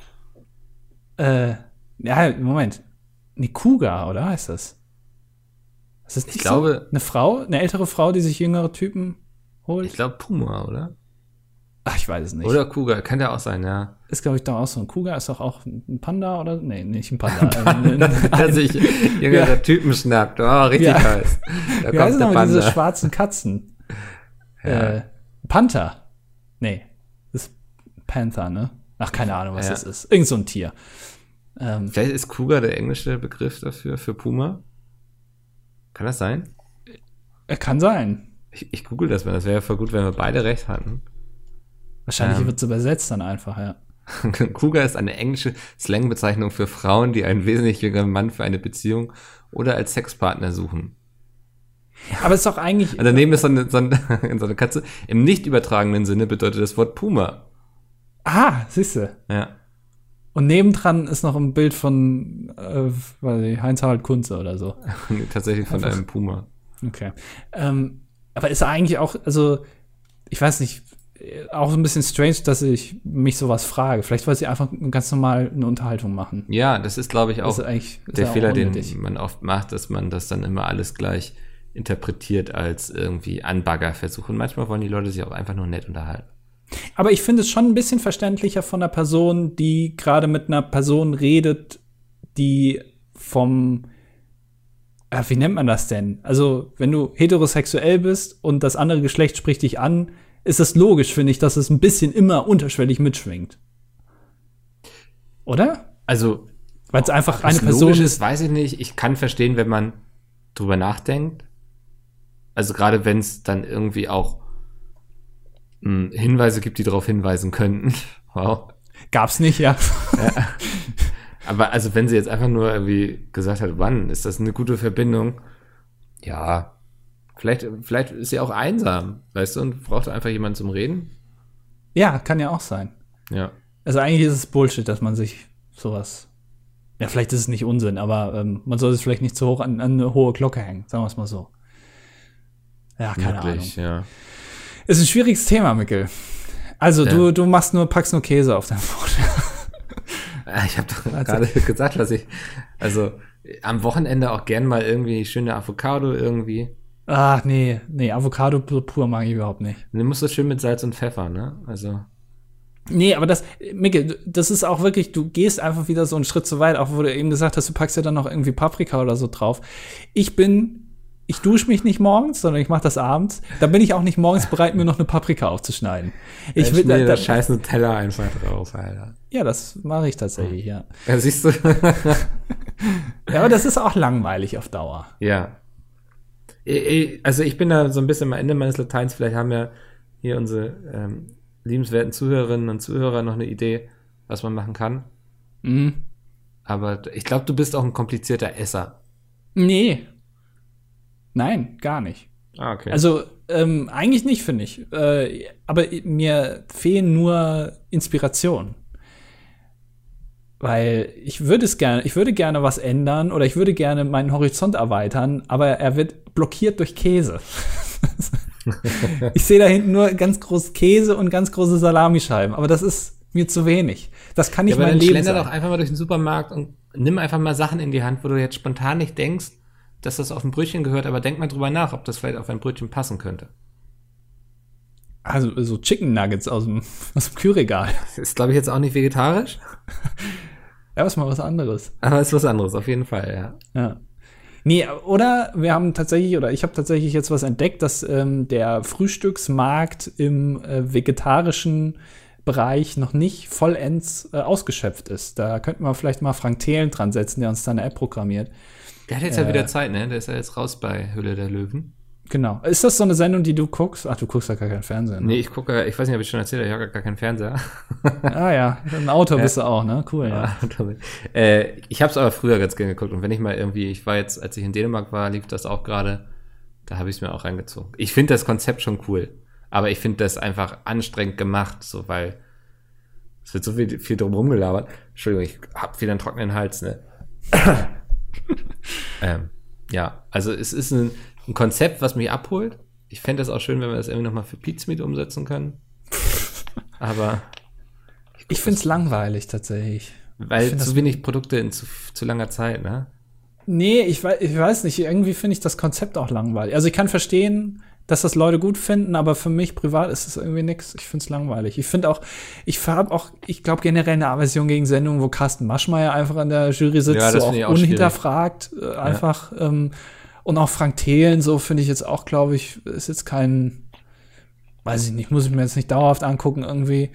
Äh, ja, Moment. Eine Cougar, oder heißt das? Ist das nicht ich glaube, so? Eine Frau? Eine ältere Frau, die sich jüngere Typen holt? Ich glaube Puma, oder? Ach, ich weiß es nicht. Oder Cougar, kann ja auch sein, ja. Ist, glaube ich, doch auch so ein Cougar. Ist doch auch ein Panda, oder? Nee, nicht ein Panda. ein, Der sich jüngere ja. Typen schnappt. Oh, richtig ja. heiß. Da Wie heißen aber diese schwarzen Katzen? Ja. Äh, Panther. Nee, das ist Panther, ne? Ach, keine Ahnung, was ja. das ist. Irgend so ein Tier. Ähm, Vielleicht ist Cougar der englische Begriff dafür, für Puma. Kann das sein? Er kann sein. Ich, ich google das mal. Das wäre ja voll gut, wenn wir beide recht hatten. Wahrscheinlich ähm, wird es übersetzt dann einfach, ja. Cougar ist eine englische Slangbezeichnung für Frauen, die einen wesentlich jüngeren Mann für eine Beziehung oder als Sexpartner suchen. Aber es ist doch eigentlich... Und daneben ist so eine, so, eine, so eine Katze. Im nicht übertragenen Sinne bedeutet das Wort Puma. Ah, siehst du. Ja. Und nebendran ist noch ein Bild von äh, weiß ich, Heinz-Harald Kunze oder so. Tatsächlich von einfach. Einem Puma. Okay. Ähm, aber ist eigentlich auch, also, ich weiß nicht, auch so ein bisschen strange, dass ich mich sowas frage. Vielleicht wollte sie einfach ganz normal eine Unterhaltung machen. Ja, das ist, glaube ich, auch ist ist der ja Fehler, auch den man oft macht, dass man das dann immer alles gleich interpretiert als irgendwie Anbaggerversuch. Und manchmal wollen die Leute sich auch einfach nur nett unterhalten. Aber ich finde es schon ein bisschen verständlicher von einer Person, die gerade mit einer Person redet, die vom äh, wie nennt man das denn? Also, wenn du heterosexuell bist und das andere Geschlecht spricht dich an, ist es logisch, finde ich, dass es ein bisschen immer unterschwellig mitschwingt. Oder? Also, weil es einfach eine Person logisch ist, weiß ich nicht. Ich kann verstehen, wenn man drüber nachdenkt. Also gerade wenn es dann irgendwie auch mh, Hinweise gibt, die darauf hinweisen könnten. Wow. Gab's nicht, ja. ja. Aber also wenn sie jetzt einfach nur irgendwie gesagt hat, wann ist das eine gute Verbindung? Ja. Vielleicht, vielleicht ist sie auch einsam, weißt du, und braucht einfach jemanden zum Reden. Ja, kann ja auch sein. Ja. Also eigentlich ist es Bullshit, dass man sich sowas. Ja, vielleicht ist es nicht Unsinn, aber ähm, man soll es vielleicht nicht zu hoch an, an eine hohe Glocke hängen, sagen wir es mal so. Ja, keine Wirklich, Ahnung. Ja. Ist ein schwieriges Thema, Mikkel. Also, ja. du, du machst nur, packst nur Käse auf dein Brot. Ich habe doch gerade gesagt, was ich, also Am Wochenende auch gern mal irgendwie schöne Avocado irgendwie. Ach, nee, nee, Avocado pur mag ich überhaupt nicht. Und du musst das schön mit Salz und Pfeffer, ne? Also. Nee, aber das, Micke, das ist auch wirklich, du gehst einfach wieder so einen Schritt zu weit, auch wo du eben gesagt hast, du packst ja dann noch irgendwie Paprika oder so drauf. Ich bin, ich dusche mich nicht morgens, sondern ich mache das abends. Da bin ich auch nicht morgens bereit, mir noch eine Paprika aufzuschneiden. Ich ja, will da, da scheiß Nutella einfach drauf, Alter. Ja, das mache ich tatsächlich, ja. Ja, siehst du? Ja, aber das ist auch langweilig auf Dauer. Ja. Also ich bin da so ein bisschen am Ende meines Lateins. Vielleicht haben ja hier unsere ähm, liebenswerten Zuhörerinnen und Zuhörer noch eine Idee, was man machen kann. Mhm. Aber ich glaube, du bist auch ein komplizierter Esser. Nee. Nein, gar nicht. Ah, okay. Also ähm, eigentlich nicht, finde ich. Äh, aber mir fehlen nur Inspirationen. Weil ich würde es gerne, ich würde gerne was ändern oder ich würde gerne meinen Horizont erweitern, aber er wird blockiert durch Käse. Ich sehe da hinten nur ganz groß Käse und ganz große Salamischeiben, aber das ist mir zu wenig. Das kann nicht ja, mein Leben sein. Schlender doch einfach mal durch den Supermarkt und nimm einfach mal Sachen in die Hand, wo du jetzt spontan nicht denkst, dass das auf ein Brötchen gehört, aber denk mal drüber nach, ob das vielleicht auf ein Brötchen passen könnte. Also so Chicken Nuggets aus dem, aus dem Kühlregal. Ist, glaube ich, jetzt auch nicht vegetarisch. Ja, ist mal was anderes. Aber ist was anderes, auf jeden Fall, ja. Ja. Nee, oder wir haben tatsächlich, oder ich habe tatsächlich jetzt was entdeckt, dass ähm, der Frühstücksmarkt im äh, vegetarischen Bereich noch nicht vollends äh, ausgeschöpft ist. Da könnten wir vielleicht mal Frank Thelen dran setzen, der uns da eine App programmiert. Der hat jetzt äh, ja wieder Zeit, ne? Der ist ja jetzt raus bei Höhle der Löwen. Genau. Ist das so eine Sendung, die du guckst? Ach, du guckst ja gar keinen Fernseher. Ne? Nee, ich gucke, ich weiß nicht, ob ich schon erzählt habe, ich habe gar keinen Fernseher. Ah ja, ein Autor bist du auch, ne? Cool, ja. äh, ich habe es aber früher ganz gerne geguckt und wenn ich mal irgendwie, ich war jetzt, als ich in Dänemark war, lief das auch gerade, da habe ich es mir auch reingezogen. Ich finde das Konzept schon cool, aber ich finde das einfach anstrengend gemacht, so, weil es wird so viel, viel drum rumgelabert. Entschuldigung, ich habe wieder einen trockenen Hals, ne? ähm, ja, also es ist ein Ein Konzept, was mich abholt. Ich fände es auch schön, wenn wir das irgendwie nochmal für Pizmeet umsetzen können. Aber ich, ich finde es langweilig tatsächlich. Weil zu wenig Produkte in zu, zu langer Zeit, ne? Nee, ich weiß, ich weiß nicht. Irgendwie finde ich das Konzept auch langweilig. Also ich kann verstehen, dass das Leute gut finden, aber für mich privat ist es irgendwie nix. Ich finde es langweilig. Ich finde auch, ich habe auch, ich glaube generell eine Aversion gegen Sendungen, wo Carsten Maschmeyer einfach an der Jury sitzt, ja, so auch, auch unhinterfragt, äh, einfach. Ja. Ähm, Und auch Frank Thelen, so finde ich jetzt auch, glaube ich, ist jetzt kein, weiß ich nicht, muss ich mir jetzt nicht dauerhaft angucken irgendwie.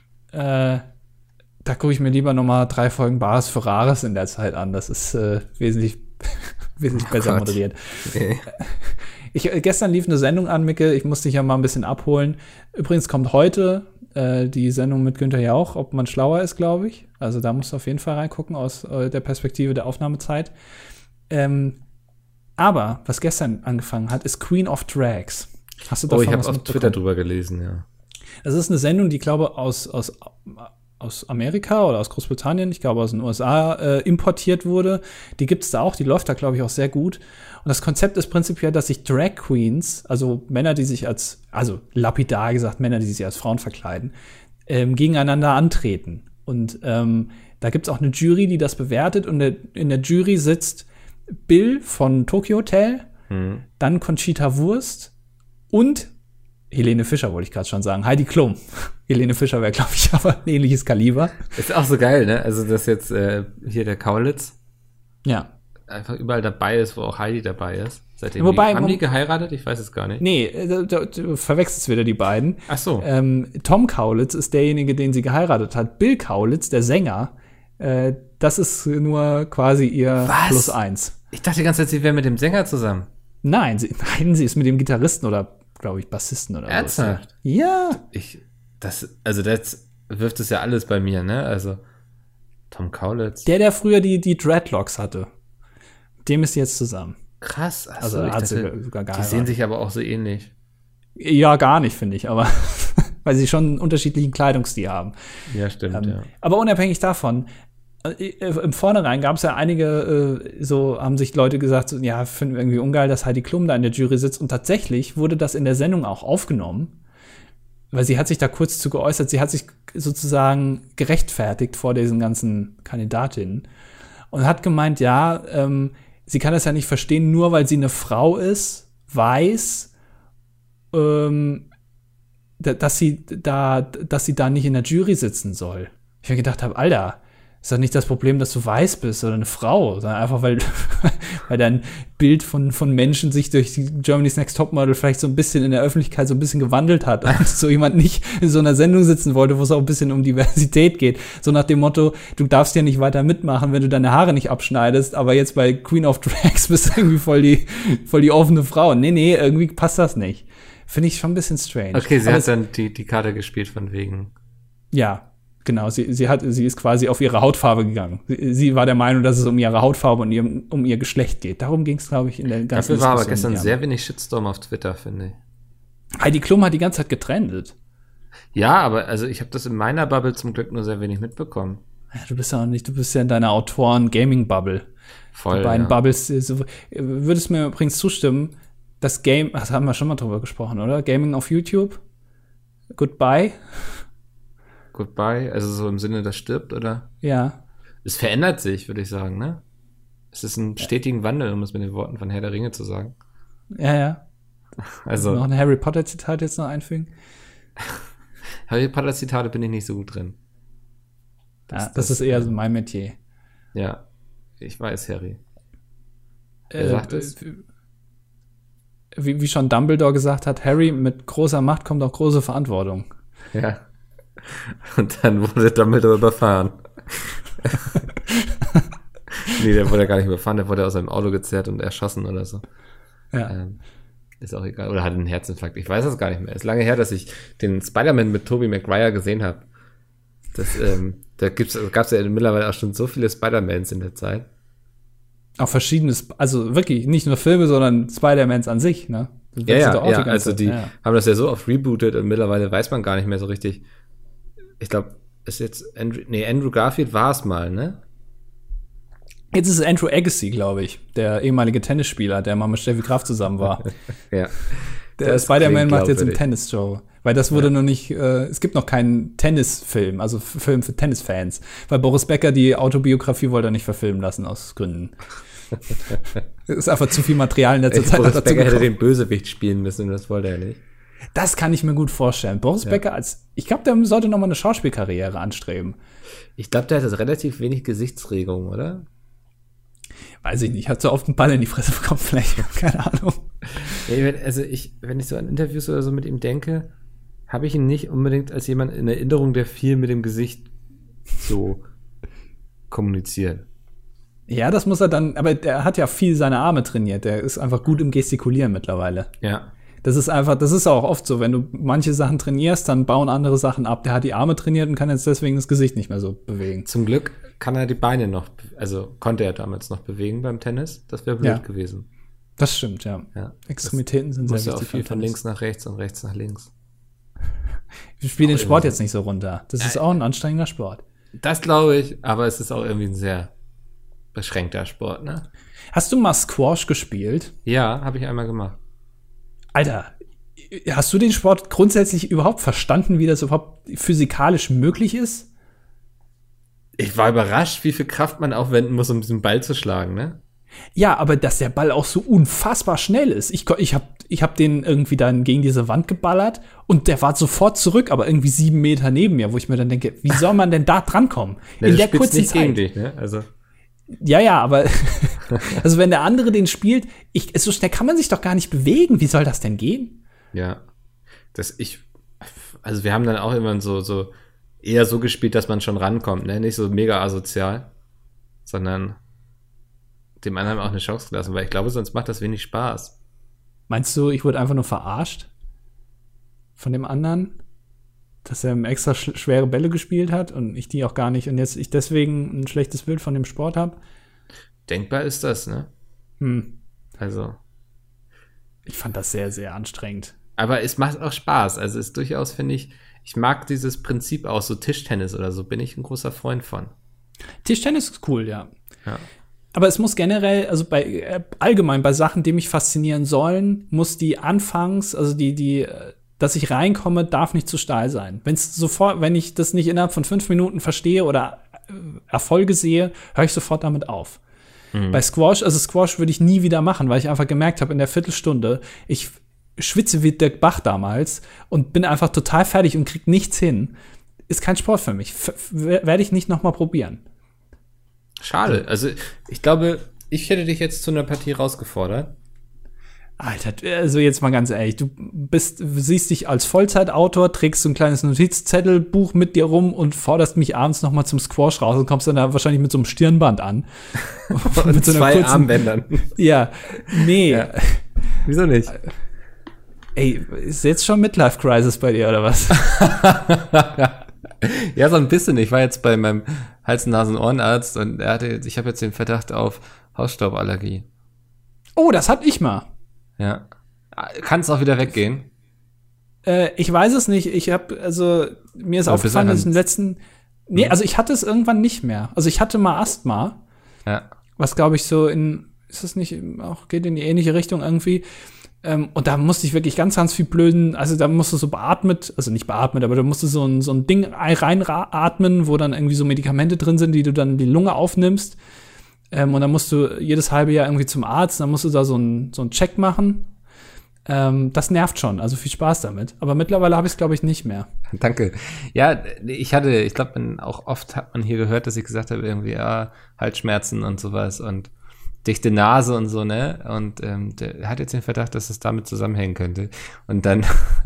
Äh, da gucke ich mir lieber nochmal drei Folgen Bares für Rares in der Zeit an. Das ist äh, wesentlich, wesentlich oh besser Gott. moderiert. Okay. Ich, äh, gestern lief eine Sendung an, Micke, ich musste dich ja mal ein bisschen abholen. Übrigens kommt heute äh, die Sendung mit Günther Jauch, ob man schlauer ist, glaube ich. Also da musst du auf jeden Fall reingucken aus äh, der Perspektive der Aufnahmezeit. Ähm, Aber, was gestern angefangen hat, ist Queen of Drags. Hast du davon oh, ich habe was auf Twitter drüber gelesen, ja. Das ist eine Sendung, die, ich glaube, aus, aus, aus Amerika oder aus Großbritannien, ich glaube aus den U S A, äh, importiert wurde. Die gibt es da auch, die läuft da, glaube ich, auch sehr gut. Und das Konzept ist prinzipiell, dass sich Drag Queens, also Männer, die sich als, also lapidar gesagt, Männer, die sich als Frauen verkleiden, ähm, gegeneinander antreten. Und ähm, da gibt es auch eine Jury, die das bewertet. Und in der Jury sitzt Bill von Tokyo Hotel, hm. dann Conchita Wurst und Helene Fischer, wollte ich gerade schon sagen. Heidi Klum. Helene Fischer wäre, glaube ich, aber ein ähnliches Kaliber. Ist auch so geil, ne? Also, dass jetzt äh, hier der Kaulitz ja. einfach überall dabei ist, wo auch Heidi dabei ist. Seitdem Wobei, die, haben die geheiratet? Ich weiß es gar nicht. Nee, du, du, du verwechselst wieder die beiden. Ach so. Ähm, Tom Kaulitz ist derjenige, den sie geheiratet hat. Bill Kaulitz, der Sänger, äh, das ist nur quasi ihr Was? Plus eins. Ich dachte die ganze Zeit, sie wäre mit dem Sänger zusammen. Nein, sie, nein, sie ist mit dem Gitarristen oder, glaube ich, Bassisten oder so. Ernsthaft? Ja. Ich, das, also das wirft es ja alles bei mir, ne? Also Tom Kaulitz. Der, der früher die, die Dreadlocks hatte. Dem ist sie jetzt zusammen. Krass. Achso, also ich hat dachte, sie sogar die sehen sich aber auch so ähnlich. Ja, gar nicht, finde ich, aber weil sie schon einen unterschiedlichen Kleidungsstil haben. Ja, stimmt, ähm, ja. Aber unabhängig davon, im Vornherein gab es ja einige, äh, so haben sich Leute gesagt, so, ja, finden wir irgendwie ungeil, dass Heidi Klum da in der Jury sitzt. Und tatsächlich wurde das in der Sendung auch aufgenommen, weil sie hat sich da kurz zu geäußert. Sie hat sich sozusagen gerechtfertigt vor diesen ganzen Kandidatinnen. und hat gemeint, ja, ähm, sie kann das ja nicht verstehen, nur weil sie eine Frau ist, weiß, ähm, dass sie da, dass sie da nicht in der Jury sitzen soll. Ich mir gedacht habe, Alter, ist doch nicht das Problem, dass du weiß bist oder eine Frau, sondern einfach, weil, weil dein Bild von, von Menschen sich durch Germany's Next Topmodel vielleicht so ein bisschen in der Öffentlichkeit so ein bisschen gewandelt hat und so jemand nicht in so einer Sendung sitzen wollte, wo es auch ein bisschen um Diversität geht. So nach dem Motto, du darfst ja nicht weiter mitmachen, wenn du deine Haare nicht abschneidest, aber jetzt bei Queen of Drags bist du irgendwie voll die, voll die offene Frau. Nee, nee, irgendwie passt das nicht. Finde ich schon ein bisschen strange. Okay, sie aber hat dann die, die Karte gespielt von wegen. Ja. Genau, sie, sie, hat, sie ist quasi auf ihre Hautfarbe gegangen. Sie, sie war der Meinung, dass es um ihre Hautfarbe und ihrem, um ihr Geschlecht geht. Darum ging es, glaube ich, in der ganzen Dafür war aber Diskussion. gestern sehr wenig Shitstorm auf Twitter, finde ich. Heidi Klum hat die ganze Zeit getrennt. Ja, aber also ich habe das in meiner Bubble zum Glück nur sehr wenig mitbekommen. Ja, du bist ja auch nicht, du bist ja in deiner Autoren-Gaming-Bubble. Voll, die beiden ja. Bubbles. So, würdest mir übrigens zustimmen, das Game, das haben wir schon mal drüber gesprochen, oder? Gaming auf YouTube? Goodbye? Goodbye, also so im Sinne, das stirbt, oder? Ja. Es verändert sich, würde ich sagen, ne? Es ist ein stetigen Wandel, um es mit den Worten von Herr der Ringe zu sagen. Ja, ja. Also noch ein Harry Potter-Zitat jetzt noch einfügen? Harry Potter-Zitate bin ich nicht so gut drin. Das, ja, das, das ist eher so mein Metier. Ja, ich weiß, Harry. Er äh, sagt es. Wie, wie schon Dumbledore gesagt hat, Harry, mit großer Macht kommt auch große Verantwortung. Ja. Und dann wurde Dumbledore überfahren. Nee, der wurde ja gar nicht überfahren, der wurde aus seinem Auto gezerrt und erschossen oder so. Ja. Ähm, ist auch egal. Oder hat einen Herzinfarkt. Ich weiß das gar nicht mehr. Ist lange her, dass ich den Spider-Man mit Tobey Maguire gesehen habe. Das, ähm, da gibt's, gab's ja mittlerweile auch schon so viele Spider-Mans in der Zeit. Auch verschiedene, also wirklich nicht nur Filme, sondern Spider-Mans an sich, ne? Ja, ja, ja die also die ja. haben das ja so oft rebootet und mittlerweile weiß man gar nicht mehr so richtig. Ich glaube, ist jetzt Andrew, nee, Andrew Garfield war es mal, ne? Jetzt ist es Andrew Agassi, glaube ich, der ehemalige Tennisspieler, der mal mit Steffi Graf zusammen war. Ja. Der Spider-Man macht jetzt im Tennis-Show. Weil das wurde ja. noch nicht, äh, es gibt noch keinen Tennisfilm, also Film für Tennisfans. Weil Boris Becker die Autobiografie wollte er nicht verfilmen lassen, aus Gründen. Es ist einfach zu viel Material in letzter Zeit. Boris dazu Becker hätte den Bösewicht spielen müssen und das wollte er nicht. Das kann ich mir gut vorstellen. Boris ja. Becker als, ich glaube, der sollte noch mal eine Schauspielkarriere anstreben. Ich glaube, der hat relativ wenig Gesichtsregung, oder? Weiß ich nicht, hat so oft einen Ball in die Fresse bekommen, vielleicht, keine Ahnung. Ja, also ich, wenn ich so an Interviews oder so mit ihm denke, habe ich ihn nicht unbedingt als jemand in Erinnerung, der viel mit dem Gesicht so kommuniziert. Ja, das muss er dann, aber der hat ja viel seine Arme trainiert, der ist einfach gut im Gestikulieren mittlerweile. Ja. Das ist einfach, das ist auch oft so, wenn du manche Sachen trainierst, dann bauen andere Sachen ab. Der hat die Arme trainiert und kann jetzt deswegen das Gesicht nicht mehr so bewegen. Zum Glück kann er die Beine noch, also konnte er damals noch bewegen beim Tennis. Das wäre blöd ja. gewesen. Das stimmt, ja. ja. Extremitäten sind sehr wichtig. Auch viel von links nach rechts und rechts nach links. Ich spiele den Sport jetzt nicht so runter. Das ist auch ein anstrengender Sport. Das glaube ich, aber es ist auch irgendwie ein sehr beschränkter Sport, ne? Hast du mal Squash gespielt? Ja, habe ich einmal gemacht. Alter, hast du den Sport grundsätzlich überhaupt verstanden, wie das überhaupt physikalisch möglich ist? Ich war überrascht, wie viel Kraft man aufwenden muss, um diesen Ball zu schlagen, ne? Ja, aber dass der Ball auch so unfassbar schnell ist. Ich, ich habe ich hab den irgendwie dann gegen diese Wand geballert und der war sofort zurück, aber irgendwie sieben Meter neben mir, wo ich mir dann denke, wie soll man denn da drankommen? Ja, in der kurzen nicht Zeit. Gegen dich, ne? Also. Ja, ja, aber also wenn der andere den spielt, ich, so schnell kann man sich doch gar nicht bewegen. Wie soll das denn gehen? Ja, das ich, also wir haben dann auch immer so so eher so gespielt, dass man schon rankommt, ne? Nicht so mega asozial, sondern dem anderen auch eine Chance gelassen, weil ich glaube, sonst macht das wenig Spaß. Meinst du, ich wurde einfach nur verarscht von dem anderen, dass er extra sch- schwere Bälle gespielt hat und ich die auch gar nicht und jetzt ich deswegen ein schlechtes Bild von dem Sport habe? Denkbar ist das, ne? Hm. Also. Ich fand das sehr, sehr anstrengend. Aber es macht auch Spaß. Also es ist durchaus, finde ich, ich mag dieses Prinzip auch, so Tischtennis oder so, bin ich ein großer Freund von. Tischtennis ist cool, ja. Ja. Aber es muss generell, also bei äh, allgemein bei Sachen, die mich faszinieren sollen, muss die anfangs, also die, die, dass ich reinkomme, darf nicht zu steil sein. Wenn es sofort, wenn ich das nicht innerhalb von fünf Minuten verstehe oder Erfolge sehe, höre ich sofort damit auf. Mhm. Bei Squash, also Squash würde ich nie wieder machen, weil ich einfach gemerkt habe, in der Viertelstunde, ich schwitze wie Dirk Bach damals und bin einfach total fertig und krieg nichts hin. Ist kein Sport für mich. F- werde ich nicht nochmal probieren. Schade. Also ich glaube, ich hätte dich jetzt zu einer Partie rausgefordert. Alter, also jetzt mal ganz ehrlich, du bist, siehst dich als Vollzeitautor, trägst so ein kleines Notizzettelbuch mit dir rum und forderst mich abends noch mal zum Squash raus und kommst dann da wahrscheinlich mit so einem Stirnband an. und mit so einer zwei kurzen, Armbändern. Ja, nee. Ja. Wieso nicht? Ey, ist jetzt schon Midlife-Crisis bei dir, oder was? Ja, so ein bisschen. Ich war jetzt bei meinem Hals-, Nasen-, Ohrenarzt und er hatte, ich habe jetzt den Verdacht auf Hausstauballergie. Oh, das hatte ich mal. Ja. Kann es auch wieder weggehen? Äh, ich weiß es nicht. Ich habe, also, mir ist Aber aufgefallen, dass ich in den letzten, nee, mhm. also ich hatte es irgendwann nicht mehr. Also ich hatte mal Asthma. Ja. Was, glaube ich, so in, ist das nicht, auch geht in die ähnliche Richtung irgendwie. Ähm, und da musste ich wirklich ganz, ganz viel blöden, also da musst du so beatmet, also nicht beatmet, aber da musst du so ein, so ein Ding reinatmen, wo dann irgendwie so Medikamente drin sind, die du dann in die Lunge aufnimmst. Ähm, und dann musst du jedes halbe Jahr irgendwie zum Arzt, dann musst du da so einen so einen Check machen. Ähm, das nervt schon, also viel Spaß damit. Aber mittlerweile habe ich es, glaube ich, nicht mehr. Danke. Ja, ich hatte, ich glaube, auch oft hat man hier gehört, dass ich gesagt habe, irgendwie, ja, Halsschmerzen und sowas und dichte Nase und so, ne? Und ähm, der hat jetzt den Verdacht, dass es damit zusammenhängen könnte. Und dann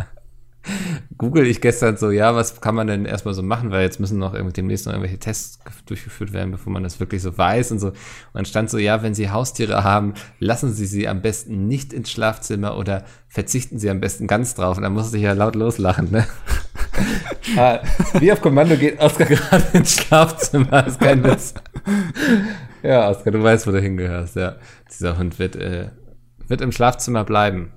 google ich gestern so, ja, was kann man denn erstmal so machen, weil jetzt müssen noch irgendwie demnächst noch irgendwelche Tests durchgeführt werden, bevor man das wirklich so weiß und so. Und dann stand so, ja, wenn Sie Haustiere haben, lassen Sie sie am besten nicht ins Schlafzimmer oder verzichten Sie am besten ganz drauf. Und dann musste ich ja laut loslachen, ne? ah, wie auf Kommando geht Oskar gerade ins Schlafzimmer, ist kein Witz. Ja, Oskar, du weißt, wo du hingehörst, ja. Dieser Hund wird, äh, wird im Schlafzimmer bleiben.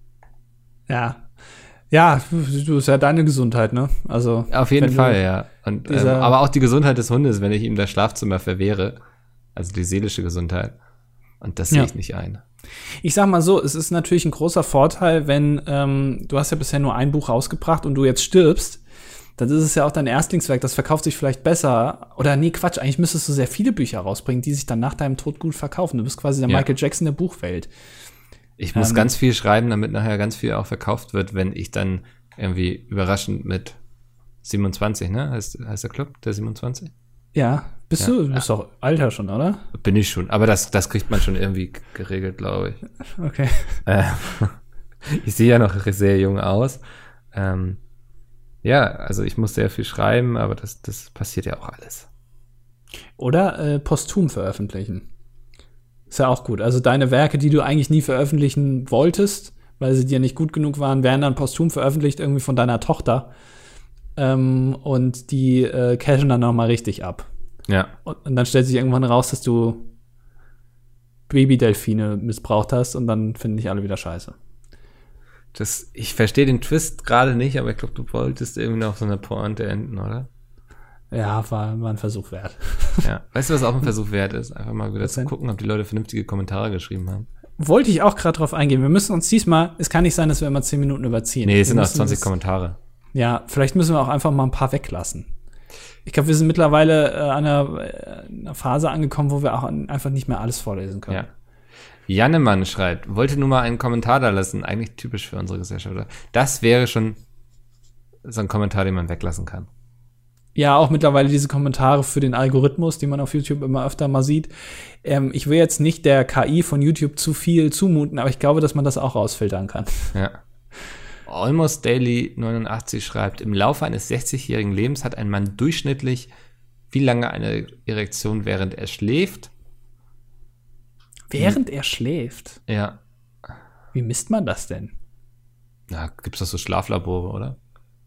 Ja. Ja, du ist ja deine Gesundheit, ne? Also auf jeden Fall, ja. Und, ähm, aber auch die Gesundheit des Hundes, wenn ich ihm das Schlafzimmer verwehre. Also die seelische Gesundheit. Und das sehe ja. ich nicht ein. Ich sag mal so, es ist natürlich ein großer Vorteil, wenn ähm, du hast ja bisher nur ein Buch rausgebracht und du jetzt stirbst, dann ist es ja auch dein Erstlingswerk, das verkauft sich vielleicht besser. Oder nee, Quatsch, eigentlich müsstest du sehr viele Bücher rausbringen, die sich dann nach deinem Tod gut verkaufen. Du bist quasi der ja. Michael Jackson der Buchwelt. Ich muss ähm, ganz viel schreiben, damit nachher ganz viel auch verkauft wird, wenn ich dann irgendwie überraschend mit siebenundzwanzig, ne? Heißt, heißt der Club, der siebenundzwanzig? Ja, bist ja, du, du bist ja. doch alter schon, oder? Bin ich schon, aber das, das kriegt man schon irgendwie geregelt, glaube ich. Okay. Äh, ich sehe ja noch sehr jung aus. Ähm, ja, also ich muss sehr viel schreiben, aber das, das passiert ja auch alles. Oder äh, posthum veröffentlichen. Ist ja auch gut. Also deine Werke, die du eigentlich nie veröffentlichen wolltest, weil sie dir nicht gut genug waren, werden dann posthum veröffentlicht irgendwie von deiner Tochter. Ähm, und die äh, cashen dann nochmal richtig ab. Ja. Und, und dann stellt sich irgendwann raus, dass du Babydelfine missbraucht hast und dann finden dich alle wieder scheiße. Das, ich verstehe den Twist gerade nicht, aber ich glaube, du wolltest irgendwie noch so eine Pointe enden, oder? Ja, war, war ein Versuch wert. Ja. Weißt du, was auch ein Versuch wert ist? Einfach mal wieder zu gucken, ob die Leute vernünftige Kommentare geschrieben haben. Wollte ich auch gerade drauf eingehen. Wir müssen uns diesmal, es kann nicht sein, dass wir immer zehn Minuten überziehen. Nee, es sind wir auch zwanzig das, Kommentare. Ja, vielleicht müssen wir auch einfach mal ein paar weglassen. Ich glaube, wir sind mittlerweile äh, an einer, äh, einer Phase angekommen, wo wir auch an, einfach nicht mehr alles vorlesen können. Ja. Jannemann schreibt, wollte nur mal einen Kommentar da lassen. Eigentlich typisch für unsere Gesellschaft. Das wäre schon so ein Kommentar, den man weglassen kann. Ja, auch mittlerweile diese Kommentare für den Algorithmus, die man auf YouTube immer öfter mal sieht. Ähm, ich will jetzt nicht der K I von YouTube zu viel zumuten, aber ich glaube, dass man das auch rausfiltern kann. Ja. Almost Daily neunundachtzig schreibt, im Laufe eines sechzigjährigen Lebens hat ein Mann durchschnittlich wie lange eine Erektion, während er schläft? Während hm. er schläft? Ja. Wie misst man das denn? Na, gibt's doch so Schlaflabore, oder?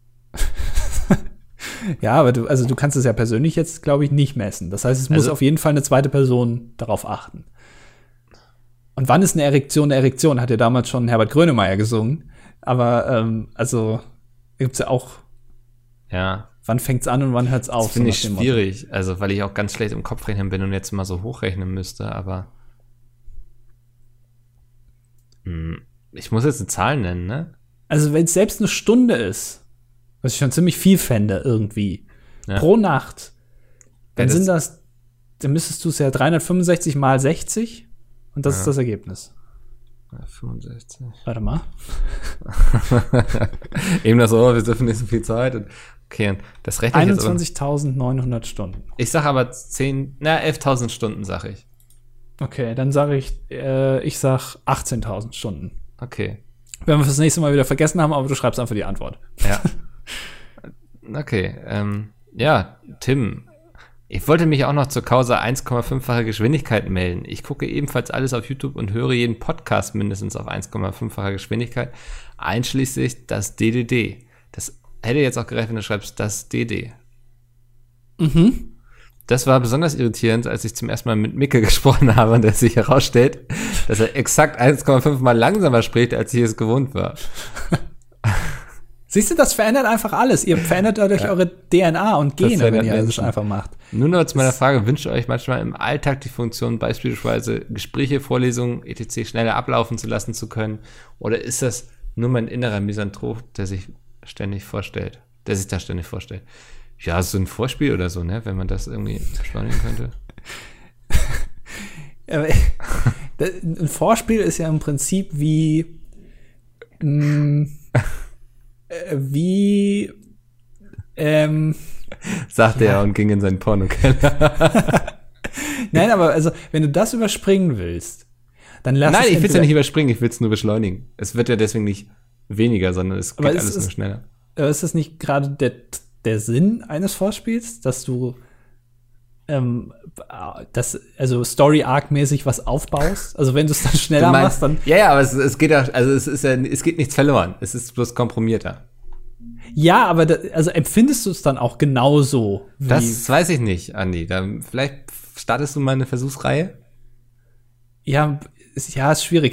Ja, aber du, also du kannst es ja persönlich jetzt, glaube ich, nicht messen. Das heißt, es muss also, auf jeden Fall eine zweite Person darauf achten. Und wann ist eine Erektion eine Erektion? Hat ja damals schon Herbert Grönemeyer gesungen. Aber, ähm, also, gibt's ja auch. Ja. Wann fängt's an und wann hört's auf? Das finde ich schwierig. Motto. Also, weil ich auch ganz schlecht im Kopfrechnen bin und jetzt mal so hochrechnen müsste, aber. Hm, ich muss jetzt eine Zahl nennen, ne? Also, wenn es selbst eine Stunde ist, was ich schon ziemlich viel fände, irgendwie, ja. pro Nacht, Dann das, sind das, dann müsstest du es ja dreihundertfünfundsechzig mal sechzig und das ja. ist das Ergebnis. fünfundsechzig. Warte mal. Eben das, oh, wir dürfen nicht so viel Zeit. Und, okay, das rechne ich jetzt einundzwanzigtausendneunhundert Stunden. Ich sag aber zehn, na, elftausend Stunden, sag ich. Okay, dann sage ich, äh, ich sag achtzehntausend Stunden. Okay. Wenn wir das nächste Mal wieder vergessen haben, aber du schreibst einfach die Antwort. Ja. Okay, ähm, ja, Tim, ich wollte mich auch noch zur Causa eins Komma fünffache Geschwindigkeit melden. Ich gucke ebenfalls alles auf YouTube und höre jeden Podcast mindestens auf eins Komma fünffacher Geschwindigkeit, einschließlich das D D D. Das hätte jetzt auch gereicht, wenn du schreibst, das D D. Mhm. Das war besonders irritierend, als ich zum ersten Mal mit Micke gesprochen habe und es sich herausstellt, dass er exakt eins Komma fünf Mal langsamer spricht, als ich es gewohnt war. Siehst du, das verändert einfach alles. Ihr verändert dadurch ja. eure D N A und Gene, wenn ihr das einfach macht. Nur noch zu meiner Frage, wünscht ihr euch manchmal im Alltag die Funktion, beispielsweise Gespräche, Vorlesungen, et cetera schneller ablaufen zu lassen zu können? Oder ist das nur mein innerer Misanthrop, der sich ständig vorstellt, der sich da ständig vorstellt? Ja, so ein Vorspiel oder so, ne? Wenn man das irgendwie beschleunigen könnte. Ein Vorspiel ist ja im Prinzip wie mh, wie ähm, sagte ja. er und ging in seinen Pornokeller. Nein, aber also, wenn du das überspringen willst, dann lass Nein, es ich will es ja nicht überspringen, ich will es nur beschleunigen. Es wird ja deswegen nicht weniger, sondern es geht aber alles ist, nur schneller. Aber ist das nicht gerade der der Sinn eines Vorspiels, dass du ähm, das, also Story-Arc-mäßig was aufbaust? Also wenn du es dann schneller meinst, dann. Ja, ja, aber es, es geht ja, also es ist ja, es geht nichts verloren. Es ist bloß komprimierter. Ja, aber da, also empfindest du es dann auch genauso? Wie das weiß ich nicht, Andi. Da, vielleicht startest du mal eine Versuchsreihe? Ja, ist, ja, ist schwierig.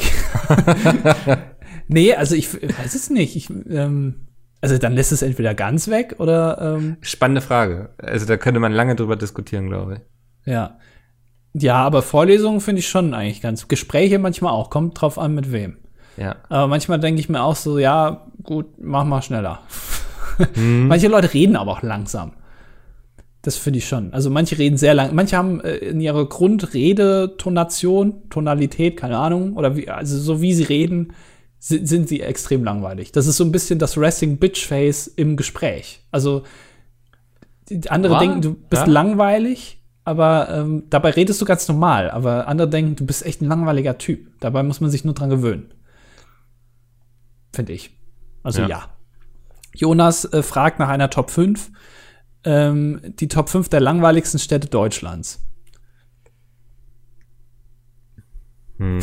Nee, also ich weiß es nicht. Ich, ähm, Also dann lässt es entweder ganz weg oder ähm Spannende Frage. Also da könnte man lange drüber diskutieren, glaube ich. Ja. Ja, aber Vorlesungen finde ich schon eigentlich ganz. Gespräche manchmal auch. Kommt drauf an, mit wem. Ja. Aber manchmal denke ich mir auch so, ja, gut, mach mal schneller. Hm. Manche Leute reden aber auch langsam. Das finde ich schon. Also manche reden sehr lang. Manche haben äh, in ihrer Grundredetonation, Tonalität, keine Ahnung, oder wie, also so wie sie reden, sind, sind sie extrem langweilig. Das ist so ein bisschen das Resting Bitch Face im Gespräch. Also die andere War? denken, du bist ja. langweilig, aber ähm, dabei redest du ganz normal. Aber andere denken, du bist echt ein langweiliger Typ. Dabei muss man sich nur dran gewöhnen. Finde ich. Also ja. ja. Jonas äh, fragt nach einer Top fünf. Ähm, die Top fünf der langweiligsten Städte Deutschlands. Hm.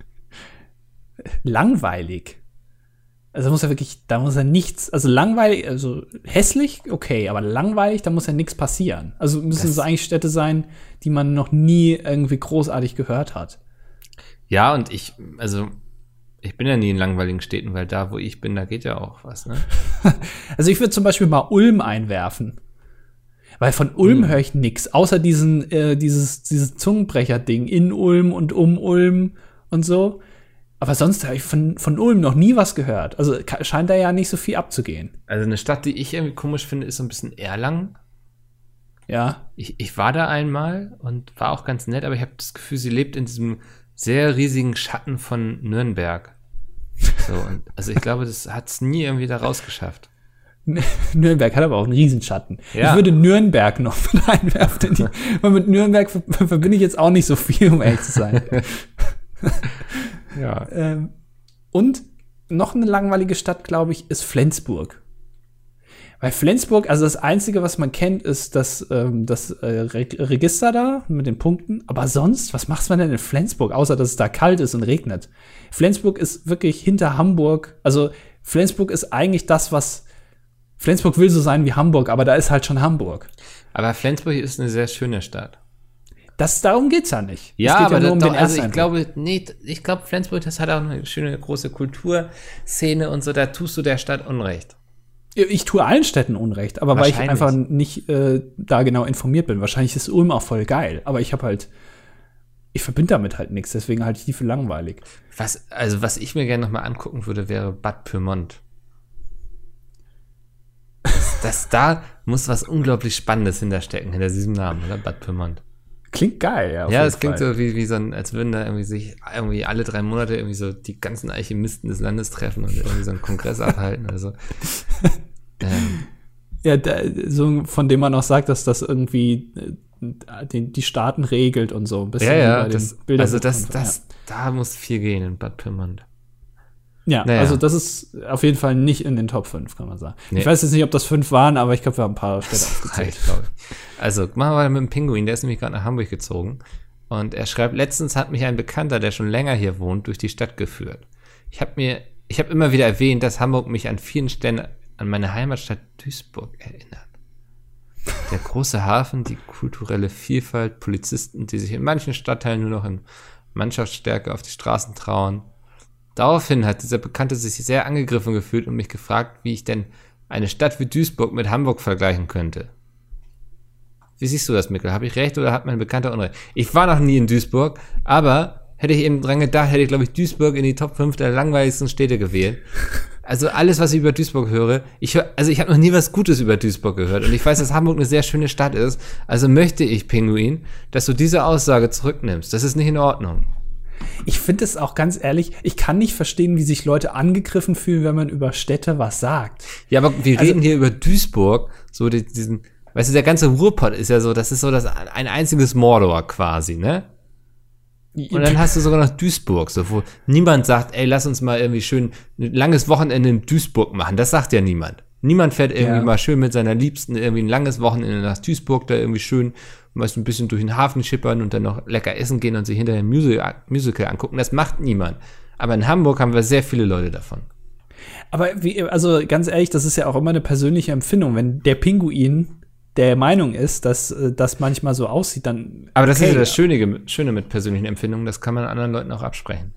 Langweilig. Also muss ja wirklich, da muss ja nichts, also langweilig, also hässlich, okay, aber langweilig, da muss ja nichts passieren. Also müssen es eigentlich Städte sein, die man noch nie irgendwie großartig gehört hat. Ja, und ich, also ich bin ja nie in langweiligen Städten, weil da, wo ich bin, da geht ja auch was, ne? Also ich würde zum Beispiel mal Ulm einwerfen. Weil von Ulm hm. höre ich nix, außer diesen, äh, dieses, dieses Zungenbrecher-Ding in Ulm und um Ulm und so. Aber sonst habe ich von, von Ulm noch nie was gehört. Also scheint da ja nicht so viel abzugehen. Also eine Stadt, die ich irgendwie komisch finde, ist so ein bisschen Erlangen. Ja. Ich, ich war da einmal und war auch ganz nett, aber ich habe das Gefühl, sie lebt in diesem sehr riesigen Schatten von Nürnberg. So, und also ich glaube, das hat es nie irgendwie da rausgeschafft. Nürnberg hat aber auch einen Riesenschatten. Ja. Ich würde Nürnberg noch mit einwerfen. Die, weil mit Nürnberg verbinde ich jetzt auch nicht so viel, um ehrlich zu sein. Ja. Ähm, und noch eine langweilige Stadt, glaube ich, ist Flensburg. Weil Flensburg, also das Einzige, was man kennt, ist das, ähm, das äh, Re- Register da mit den Punkten. Aber sonst, was macht man denn in Flensburg, außer dass es da kalt ist und regnet? Flensburg ist wirklich hinter Hamburg. Also Flensburg ist eigentlich das, was Flensburg will so sein wie Hamburg, aber da ist halt schon Hamburg. Aber Flensburg ist eine sehr schöne Stadt. Das, darum geht's ja nicht. Ja, es geht aber ja nur um doch, den also ich Ersteindruck. glaube, nee, ich glaube, Flensburg, das hat auch eine schöne große Kulturszene und so, da tust du der Stadt Unrecht. Ich tue allen Städten Unrecht, aber weil ich einfach nicht äh, da genau informiert bin. Wahrscheinlich ist Ulm auch voll geil, aber ich habe halt, ich verbinde damit halt nichts, deswegen halte ich die für langweilig. Was, also was ich mir gerne noch mal angucken würde, wäre Bad Pyrmont. das, da muss was unglaublich Spannendes hinterstecken, hinter diesem Namen, oder? Bad Pyrmont. Klingt geil, ja. Ja, es klingt so wie, wie so ein, als würden da irgendwie sich irgendwie alle drei Monate irgendwie so die ganzen Alchemisten des Landes treffen und irgendwie so einen Kongress abhalten oder so. ähm. Ja, da, so von dem man auch sagt, dass das irgendwie die, die Staaten regelt und so. Ein bisschen ja, ja, bei den das, Bildern also das, von, das, ja. da muss viel gehen in Bad Pyrmont. Ja, naja. Also das ist auf jeden Fall nicht in den Top fünf, kann man sagen. Nee. Ich weiß jetzt nicht, ob das fünf waren, aber ich glaube, wir haben ein paar Städte aufgezählt. glaube ich. Also, machen wir weiter mit dem Pinguin, der ist nämlich gerade nach Hamburg gezogen. Und er schreibt, letztens hat mich ein Bekannter, der schon länger hier wohnt, durch die Stadt geführt. Ich habe mir, ich habe immer wieder erwähnt, dass Hamburg mich an vielen Stellen an meine Heimatstadt Duisburg erinnert. Der große Hafen, die kulturelle Vielfalt, Polizisten, die sich in manchen Stadtteilen nur noch in Mannschaftsstärke auf die Straßen trauen. Daraufhin hat dieser Bekannte sich sehr angegriffen gefühlt und mich gefragt, wie ich denn eine Stadt wie Duisburg mit Hamburg vergleichen könnte. Wie siehst du das, Mikkel? Habe ich recht oder hat mein Bekannter Unrecht? Ich war noch nie in Duisburg, aber hätte ich eben dran gedacht, hätte ich, glaube ich, Duisburg in die Top fünf der langweiligsten Städte gewählt. Also alles, was ich über Duisburg höre, ich höre, also ich habe noch nie was Gutes über Duisburg gehört und ich weiß, dass Hamburg eine sehr schöne Stadt ist, also möchte ich, Pinguin, dass du diese Aussage zurücknimmst. Das ist nicht in Ordnung. Ich finde es auch ganz ehrlich, ich kann nicht verstehen, wie sich Leute angegriffen fühlen, wenn man über Städte was sagt. Ja, aber wir also, reden hier über Duisburg, so die, diesen, weißt du, der ganze Ruhrpott ist ja so, das ist so das ein einziges Mordor quasi, ne? Und dann hast du sogar noch Duisburg, so, wo niemand sagt, ey, lass uns mal irgendwie schön ein langes Wochenende in Duisburg machen. Das sagt ja niemand. Niemand fährt irgendwie ja. mal schön mit seiner Liebsten irgendwie ein langes Wochenende nach Duisburg, da irgendwie schön mal so ein bisschen durch den Hafen schippern und dann noch lecker essen gehen und sich hinterher ein Musical, Musical angucken. Das macht niemand. Aber in Hamburg haben wir sehr viele Leute davon. Aber wie, also ganz ehrlich, das ist ja auch immer eine persönliche Empfindung. Wenn der Pinguin der Meinung ist, dass das manchmal so aussieht, dann aber das okay, ist ja das Schöne, Schöne mit persönlichen Empfindungen, das kann man anderen Leuten auch absprechen.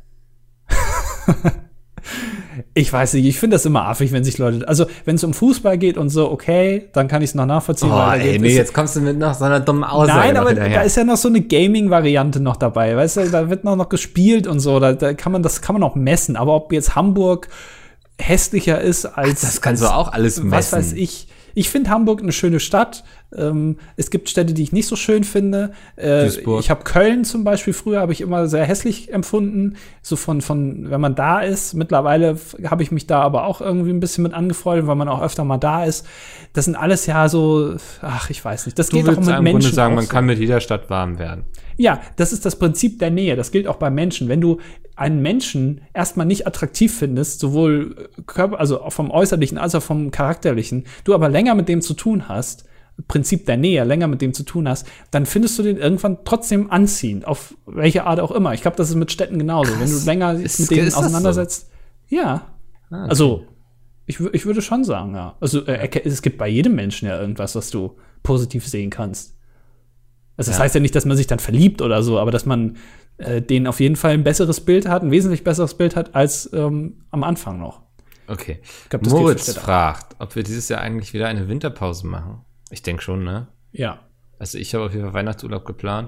Ich weiß nicht, ich finde das immer affig, wenn sich Leute, also wenn es um Fußball geht und so, okay, dann kann ich es noch nachvollziehen. Oh, weil ey, nee, jetzt kommst du mit noch so einer dummen Aussage. Nein, aber hinterher. Da ist ja noch so eine Gaming-Variante noch dabei, weißt du, da wird noch, noch gespielt und so, da, da kann man, das kann man auch messen, aber ob jetzt Hamburg hässlicher ist als Ach, das kannst als, du auch alles messen. Was weiß ich. Ich finde Hamburg eine schöne Stadt. Ähm, es gibt Städte, die ich nicht so schön finde. Äh, ich habe Köln zum Beispiel früher habe ich immer sehr hässlich empfunden. So von von wenn man da ist. Mittlerweile habe ich mich da aber auch irgendwie ein bisschen mit angefreundet, weil man auch öfter mal da ist. Das sind alles ja so, ach ich weiß nicht. Das du geht auch mit im Menschen. Grunde sagen, man so. kann mit jeder Stadt warm werden. Ja, das ist das Prinzip der Nähe. Das gilt auch bei Menschen. Wenn du einen Menschen erstmal nicht attraktiv findest, sowohl Körper, also vom Äußerlichen als auch vom Charakterlichen, du aber länger mit dem zu tun hast, Prinzip der Nähe, länger mit dem zu tun hast, dann findest du den irgendwann trotzdem anziehend, auf welche Art auch immer. Ich glaube, das ist mit Städten genauso. Krass. Wenn du länger ist, mit denen auseinandersetzt. So? Ja. Ah, okay. Also, ich, ich würde schon sagen, ja. Also, äh, es gibt bei jedem Menschen ja irgendwas, was du positiv sehen kannst. Also, das ja. heißt ja nicht, dass man sich dann verliebt oder so, aber dass man äh, denen auf jeden Fall ein besseres Bild hat, ein wesentlich besseres Bild hat als ähm, am Anfang noch. Okay. Ich glaub, Moritz fragt, ob wir dieses Jahr eigentlich wieder eine Winterpause machen. Ich denke schon, ne? Ja. Also ich habe auf jeden Fall Weihnachtsurlaub geplant.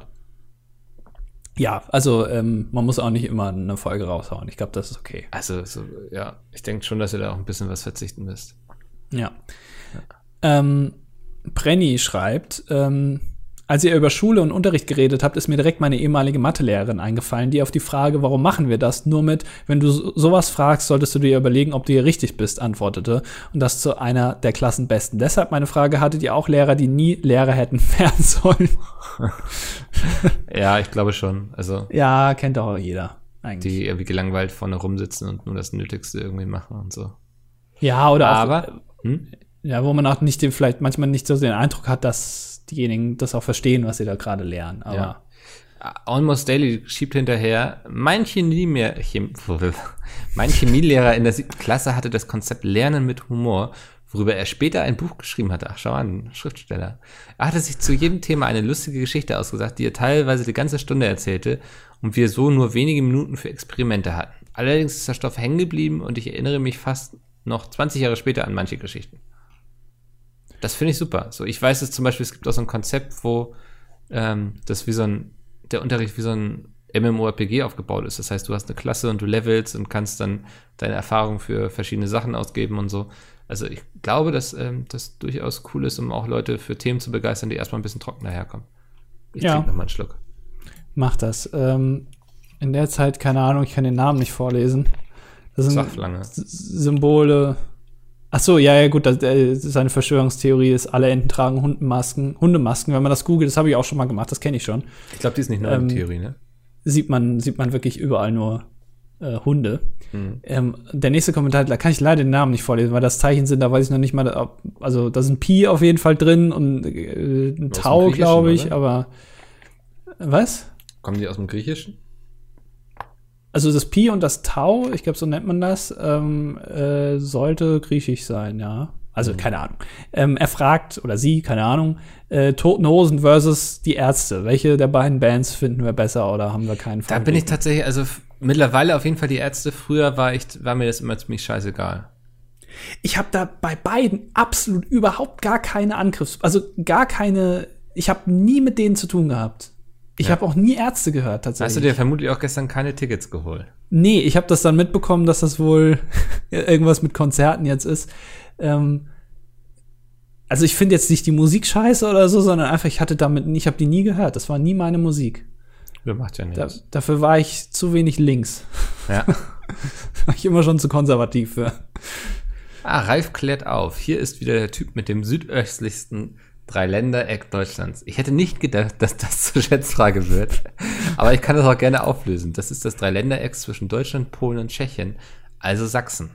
Ja, also ähm, man muss auch nicht immer eine Folge raushauen. Ich glaube, das ist okay. Also, so, ja, ich denke schon, dass ihr da auch ein bisschen was verzichten müsst. Ja. ja. Ähm, Brenny schreibt, ähm, als ihr über Schule und Unterricht geredet habt, ist mir direkt meine ehemalige Mathelehrerin eingefallen, die auf die Frage, warum machen wir das, nur mit, wenn du so, sowas fragst, solltest du dir überlegen, ob du hier richtig bist, antwortete. Und das zu einer der Klassenbesten. Deshalb meine Frage, hattet ihr auch Lehrer, die nie Lehrer hätten werden sollen? Ja, ich glaube schon. Also ja, kennt auch jeder eigentlich. Die irgendwie gelangweilt vorne rumsitzen und nur das Nötigste irgendwie machen und so. Ja, oder Aber, auch, hm? ja, wo man auch nicht den, vielleicht manchmal nicht so den Eindruck hat, dass diejenigen das auch verstehen, was sie da gerade lernen. Aber ja. Almost Daily schiebt hinterher, mein, Chemie Chem mein Chemielehrer in der siebten Klasse hatte das Konzept Lernen mit Humor, worüber er später ein Buch geschrieben hatte. Ach, schau an, Schriftsteller. Er hatte sich zu jedem Thema eine lustige Geschichte ausgesagt, die er teilweise die ganze Stunde erzählte und wir so nur wenige Minuten für Experimente hatten. Allerdings ist der Stoff hängen geblieben und ich erinnere mich fast noch zwanzig Jahre später an manche Geschichten. Das finde ich super. So, ich weiß es zum Beispiel, es gibt auch so ein Konzept, wo ähm, das wie so ein, der Unterricht wie so ein MMORPG aufgebaut ist. Das heißt, du hast eine Klasse und du levelst und kannst dann deine Erfahrungen für verschiedene Sachen ausgeben und so. Also ich glaube, dass ähm, das durchaus cool ist, um auch Leute für Themen zu begeistern, die erstmal ein bisschen trockener herkommen. Ich ja. trinke nochmal einen Schluck. Mach das. Ähm, in der Zeit, keine Ahnung, ich kann den Namen nicht vorlesen. Das sind Saftlange. S- Symbole. Ach so, ja, ja, gut, das, äh, seine Verschwörungstheorie ist, alle Enten tragen Hundemasken, Hundemasken. Wenn man das googelt, das habe ich auch schon mal gemacht, das kenne ich schon. Ich glaube, die ist nicht nur Ähm, eine Theorie, ne? Sieht man, sieht man wirklich überall nur äh, Hunde. Mhm. Ähm, der nächste Kommentar, da kann ich leider den Namen nicht vorlesen, weil das Zeichen sind, da weiß ich noch nicht mal, ob, also da sind Pi auf jeden Fall drin und äh, ein Aus dem Tau, Griechischen, glaube ich, oder? aber was? Kommen die aus dem Griechischen? Also das Pi und das Tau, ich glaube, so nennt man das, ähm, äh, sollte griechisch sein, ja. Also, Mhm. keine Ahnung. Ähm, er fragt, oder sie, keine Ahnung, äh, Toten Hosen versus die Ärzte. Welche der beiden Bands finden wir besser oder haben wir keinen Da Favoriten? bin ich tatsächlich, also f- mittlerweile auf jeden Fall die Ärzte. Früher war ich, war mir das immer ziemlich scheißegal. Ich habe da bei beiden absolut überhaupt gar keine Angriffs-, also gar keine, ich habe nie mit denen zu tun gehabt. Ich Ja. habe auch nie Ärzte gehört, tatsächlich. Hast du dir vermutlich auch gestern keine Tickets geholt? Nee, ich habe das dann mitbekommen, dass das wohl irgendwas mit Konzerten jetzt ist. Ähm, also ich finde jetzt nicht die Musik scheiße oder so, sondern einfach, ich hatte damit, ich habe die nie gehört. Das war nie meine Musik. Ja, macht ja Da, nichts. dafür war ich zu wenig links. Ja. War ich immer schon zu konservativ für. Ah, Ralf klärt auf. Hier ist wieder der Typ mit dem südöstlichsten Dreiländereck Deutschlands. Ich hätte nicht gedacht, dass das zur Schätzfrage wird. Aber ich kann das auch gerne auflösen. Das ist das Dreiländereck zwischen Deutschland, Polen und Tschechien. Also Sachsen.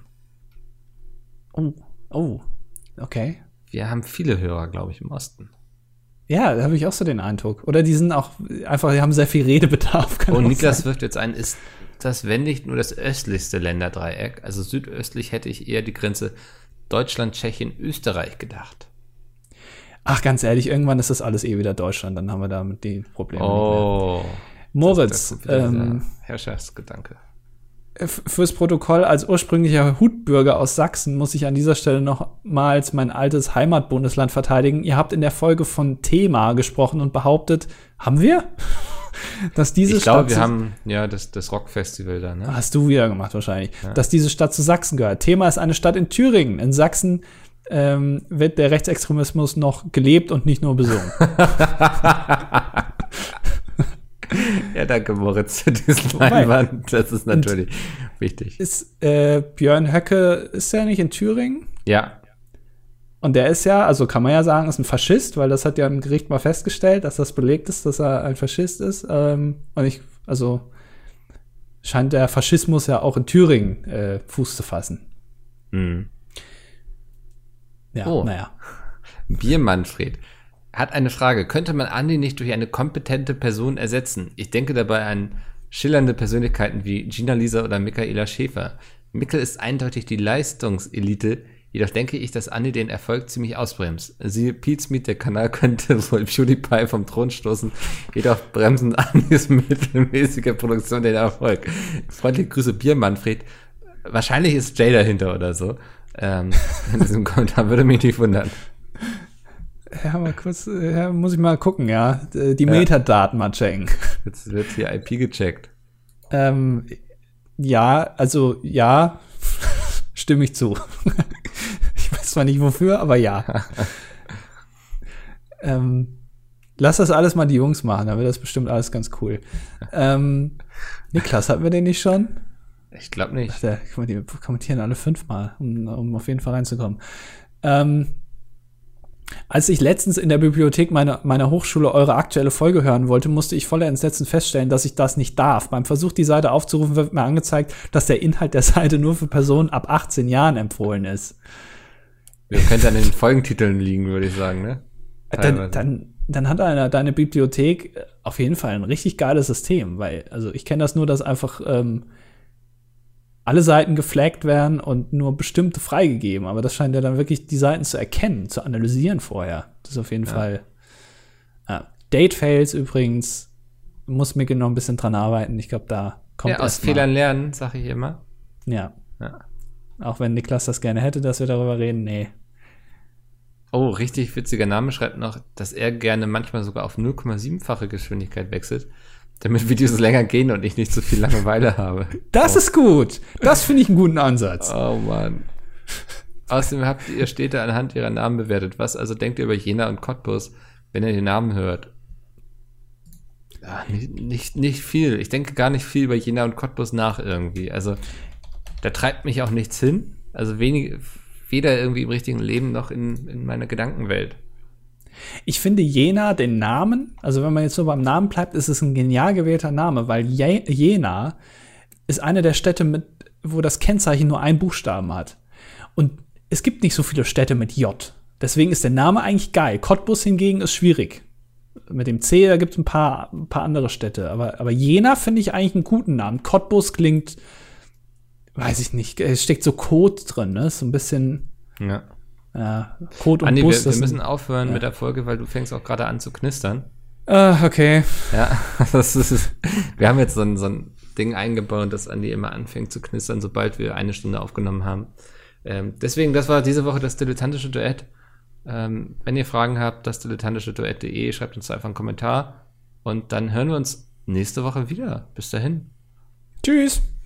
Oh, oh, okay. Wir haben viele Hörer, glaube ich, im Osten. Ja, da habe ich auch so den Eindruck. Oder die sind auch einfach, die haben sehr viel Redebedarf. Kann Und auch Niklas sein. wirft jetzt ein, ist das, wenn nicht nur das östlichste Länderdreieck? Also südöstlich hätte ich eher die Grenze Deutschland, Tschechien, Österreich gedacht. Ach, ganz ehrlich, irgendwann ist das alles eh wieder Deutschland. Dann haben wir damit die Probleme nicht mehr. Oh. Moritz, Das ist wieder ähm, dieser Herrschaftsgedanke. f- fürs Protokoll, als ursprünglicher Hutbürger aus Sachsen muss ich an dieser Stelle nochmals mein altes Heimatbundesland verteidigen. Ihr habt in der Folge von Thema gesprochen und behauptet, haben wir? Dass diese Ich glaube, Stadt wir zu- haben ja das, das Rockfestival da, ne? Hast du wieder gemacht wahrscheinlich. Ja. Dass diese Stadt zu Sachsen gehört. Thema ist eine Stadt in Thüringen. In Sachsen ähm, wird der Rechtsextremismus noch gelebt und nicht nur besungen. Ja, danke, Moritz, für diesen Wobei- Einwand. Das ist natürlich wichtig. Ist äh, Björn Höcke, ist der nicht in Thüringen? Ja, Und der ist ja, also kann man ja sagen, ist ein Faschist, weil das hat ja ein Gericht mal festgestellt, dass das belegt ist, dass er ein Faschist ist. Ähm, und ich, also scheint der Faschismus ja auch in Thüringen äh, Fuß zu fassen. mhm. Ja, Oh. naja. Biermanfred hat eine Frage. Könnte man Andi nicht durch eine kompetente Person ersetzen? Ich denke dabei an schillernde Persönlichkeiten wie Gina Lisa oder Michaela Schäfer. Mikkel ist eindeutig die Leistungselite, jedoch denke ich, dass Andi den Erfolg ziemlich ausbremst. Siehe Pete's Meet, der Kanal könnte wohl PewDiePie vom Thron stoßen, jedoch bremsen Andis mittelmäßige Produktion den Erfolg. Freundliche Grüße, Biermanfred. Wahrscheinlich ist Jay dahinter oder so. Ähm, in diesem Kommentar würde mich nicht wundern. Ja, mal kurz, ja, muss ich mal gucken, ja. Die Ja. Metadaten mal checken. Jetzt wird hier I P gecheckt. Ähm, ja, also ja, stimme ich zu. Ich weiß zwar nicht wofür, aber ja. ähm, lass das alles mal die Jungs machen, dann wird das bestimmt alles ganz cool. Ähm, Niklas, hatten wir den nicht schon? Ich glaube nicht. Ach, der, guck mal, die kommentieren alle fünfmal, um, um auf jeden Fall reinzukommen. Ähm, als ich letztens in der Bibliothek meiner, meiner Hochschule eure aktuelle Folge hören wollte, musste ich voller Entsetzen feststellen, dass ich das nicht darf. Beim Versuch, die Seite aufzurufen, wird mir angezeigt, dass der Inhalt der Seite nur für Personen ab achtzehn Jahren empfohlen ist. Wir könnte an den Folgentiteln liegen, würde ich sagen, ne? Dann, dann, dann hat eine, deine Bibliothek auf jeden Fall ein richtig geiles System, weil, also ich kenne das nur, dass einfach ähm, alle Seiten geflaggt werden und nur bestimmte freigegeben, aber das scheint ja dann wirklich die Seiten zu erkennen, zu analysieren vorher. Das ist auf jeden Ja. Fall. Ja. Date-Fails übrigens, muss Mikkel noch ein bisschen dran arbeiten. Ich glaube, da kommt Ja, aus erst mal- Fehlern lernen, sage ich immer. Ja. Ja. Auch wenn Niklas das gerne hätte, dass wir darüber reden, nee. Oh, richtig witziger Name schreibt noch, dass er gerne manchmal sogar auf null Komma sieben-fache Geschwindigkeit wechselt, damit Videos länger gehen und ich nicht so viel Langeweile habe. Das oh. ist gut. Das finde ich einen guten Ansatz. Oh Mann. Außerdem habt ihr Städte anhand ihrer Namen bewertet. Was also denkt ihr über Jena und Cottbus, wenn ihr den Namen hört? Ja, nicht, nicht, nicht viel. Ich denke gar nicht viel über Jena und Cottbus nach irgendwie. Also, da treibt mich auch nichts hin. Also wenig, weder irgendwie im richtigen Leben noch in, in meiner Gedankenwelt. Ich finde Jena, den Namen, also wenn man jetzt so beim Namen bleibt, ist es ein genial gewählter Name, weil Je- Jena ist eine der Städte, mit, wo das Kennzeichen nur einen Buchstaben hat. Und es gibt nicht so viele Städte mit J. Deswegen ist der Name eigentlich geil. Cottbus hingegen ist schwierig. Mit dem C, da gibt es ein paar, ein paar andere Städte. Aber, aber Jena finde ich eigentlich einen guten Namen. Cottbus klingt, weiß ich nicht, es steckt so Code drin, ne? So ein bisschen Ja. Ja, Code und Andi, Bus. wir, wir müssen sind, aufhören ja. mit der Folge, weil du fängst auch gerade an zu knistern. Ah, okay. Ja, das ist, wir haben jetzt so ein, so ein Ding eingebaut, dass Andi immer anfängt zu knistern, sobald wir eine Stunde aufgenommen haben. Ähm, deswegen, das war diese Woche das dilettantische Duett. Ähm, wenn ihr Fragen habt, das dilettantische Duett punkt de, schreibt uns einfach einen Kommentar und dann hören wir uns nächste Woche wieder. Bis dahin. Tschüss.